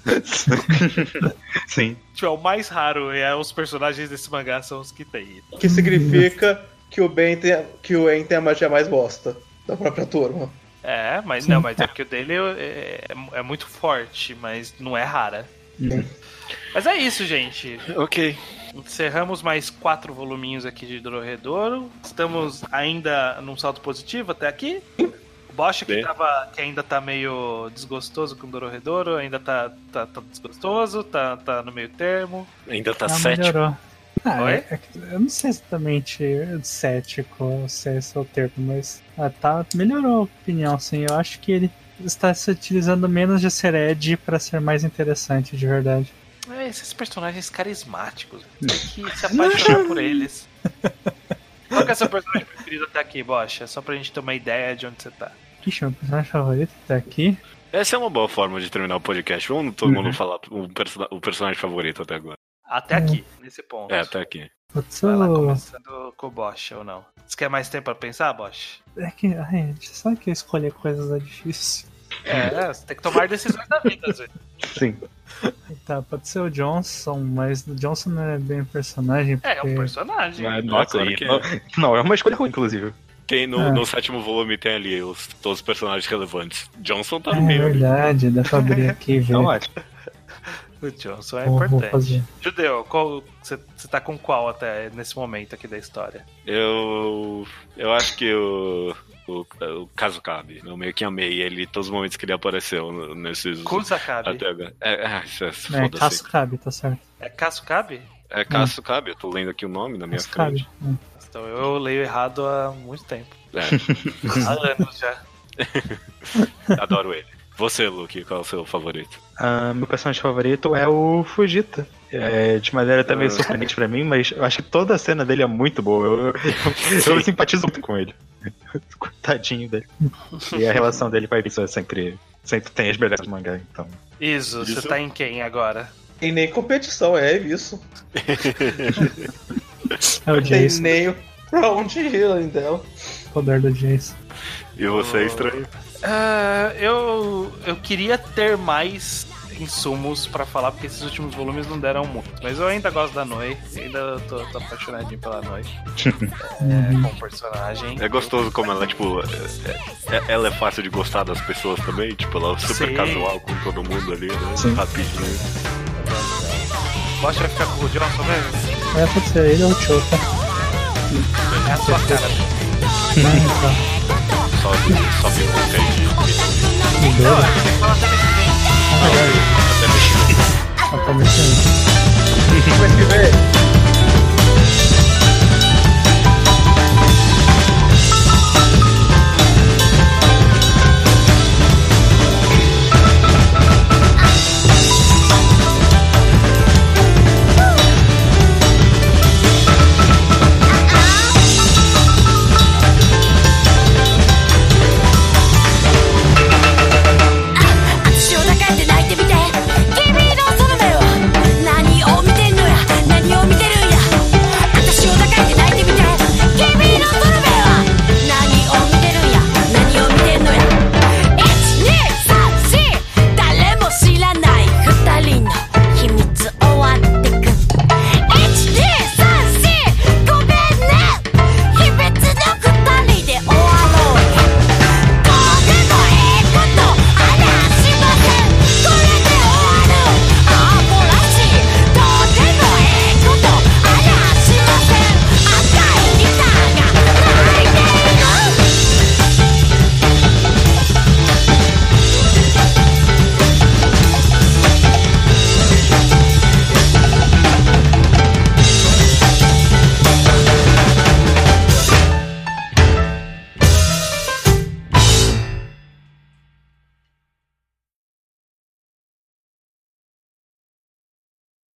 Sim. Tipo, é o mais raro, os personagens desse mangá são os que tem. Que significa que o En tem a magia mais bosta da própria turma. Mas é porque o dele é muito forte, mas não é rara. Mas é isso, gente. Ok. Encerramos mais 4 voluminhos aqui de Dorohedoro. Estamos ainda num salto positivo até aqui. O Bosch que ainda tá meio desgostoso com Dorohedoro, ainda tá desgostoso, tá no meio termo. Ainda tá cético. Oi? Eu não sei exatamente cético, se esse é o termo, mas melhorou a opinião, sim. Eu acho que ele está se utilizando menos de Sered pra ser mais interessante, de verdade. Esses personagens carismáticos, tem que se apaixonar por eles. Qual que é seu personagem preferido até aqui, Bocha? Só pra gente ter uma ideia de onde você tá. Ixi, meu personagem favorito até aqui? Essa é uma boa forma de terminar o podcast. Vamos todo mundo falar o personagem favorito até agora. Até aqui, nesse ponto. Até aqui. Vai lá, começando com o Bosch ou não? Você quer mais tempo pra pensar, Bosch? É que, sabe que escolher coisas é difícil. Você tem que tomar decisões da vida, às vezes. Sim. Tá, pode ser o Johnson, mas o Johnson não é bem um personagem. Porque... É um personagem. Nossa, não, é uma escolha ruim, inclusive. Tem no sétimo volume tem ali todos os personagens relevantes. Johnson tá no meio. É verdade, dá pra abrir aqui e ver. Não, ótimo. O Johnson é importante. Judeu, você tá com qual até nesse momento aqui da história? Eu acho que o Kazukabe. Eu meio que amei ele todos os momentos que ele apareceu nesses... Kuzukabe? Até agora. Foda-se. Kazukabe, tá certo. É Kazukabe? É Kazukabe, eu tô lendo aqui o nome na minha frente. Então eu leio errado há muito tempo. Há anos já. Adoro ele. Você, Luke, qual é o seu favorito? Meu personagem favorito é o Fujita. De maneira até meio surpreendente pra mim, mas eu acho que toda a cena dele é muito boa. Eu simpatizo muito com ele. Coitadinho dele. E a relação dele com a Ibiza sempre tem as belezas do mangá, então. Isso, você tá em quem agora? Tem nem competição, isso. É o Jason. Tem nem pra onde ir além dela. Poder do Jason. E você, Estranho? Eu queria ter mais insumos pra falar, porque esses últimos volumes não deram muito. Mas eu ainda gosto da Noi, ainda tô apaixonadinho pela Noi. Bom personagem. É gostoso como ela, tipo, ela é fácil de gostar das pessoas também, tipo, ela é super casual com todo mundo ali, né? Sim. Rapidinho. Bosch vai ficar com o Johnson mesmo? Pode ser ele ou o Chota. É a sua cara. Só me contente. Então, acho que tem que falar até mês que vem. Até mês que vem. Até mês que vem. Mas que vem.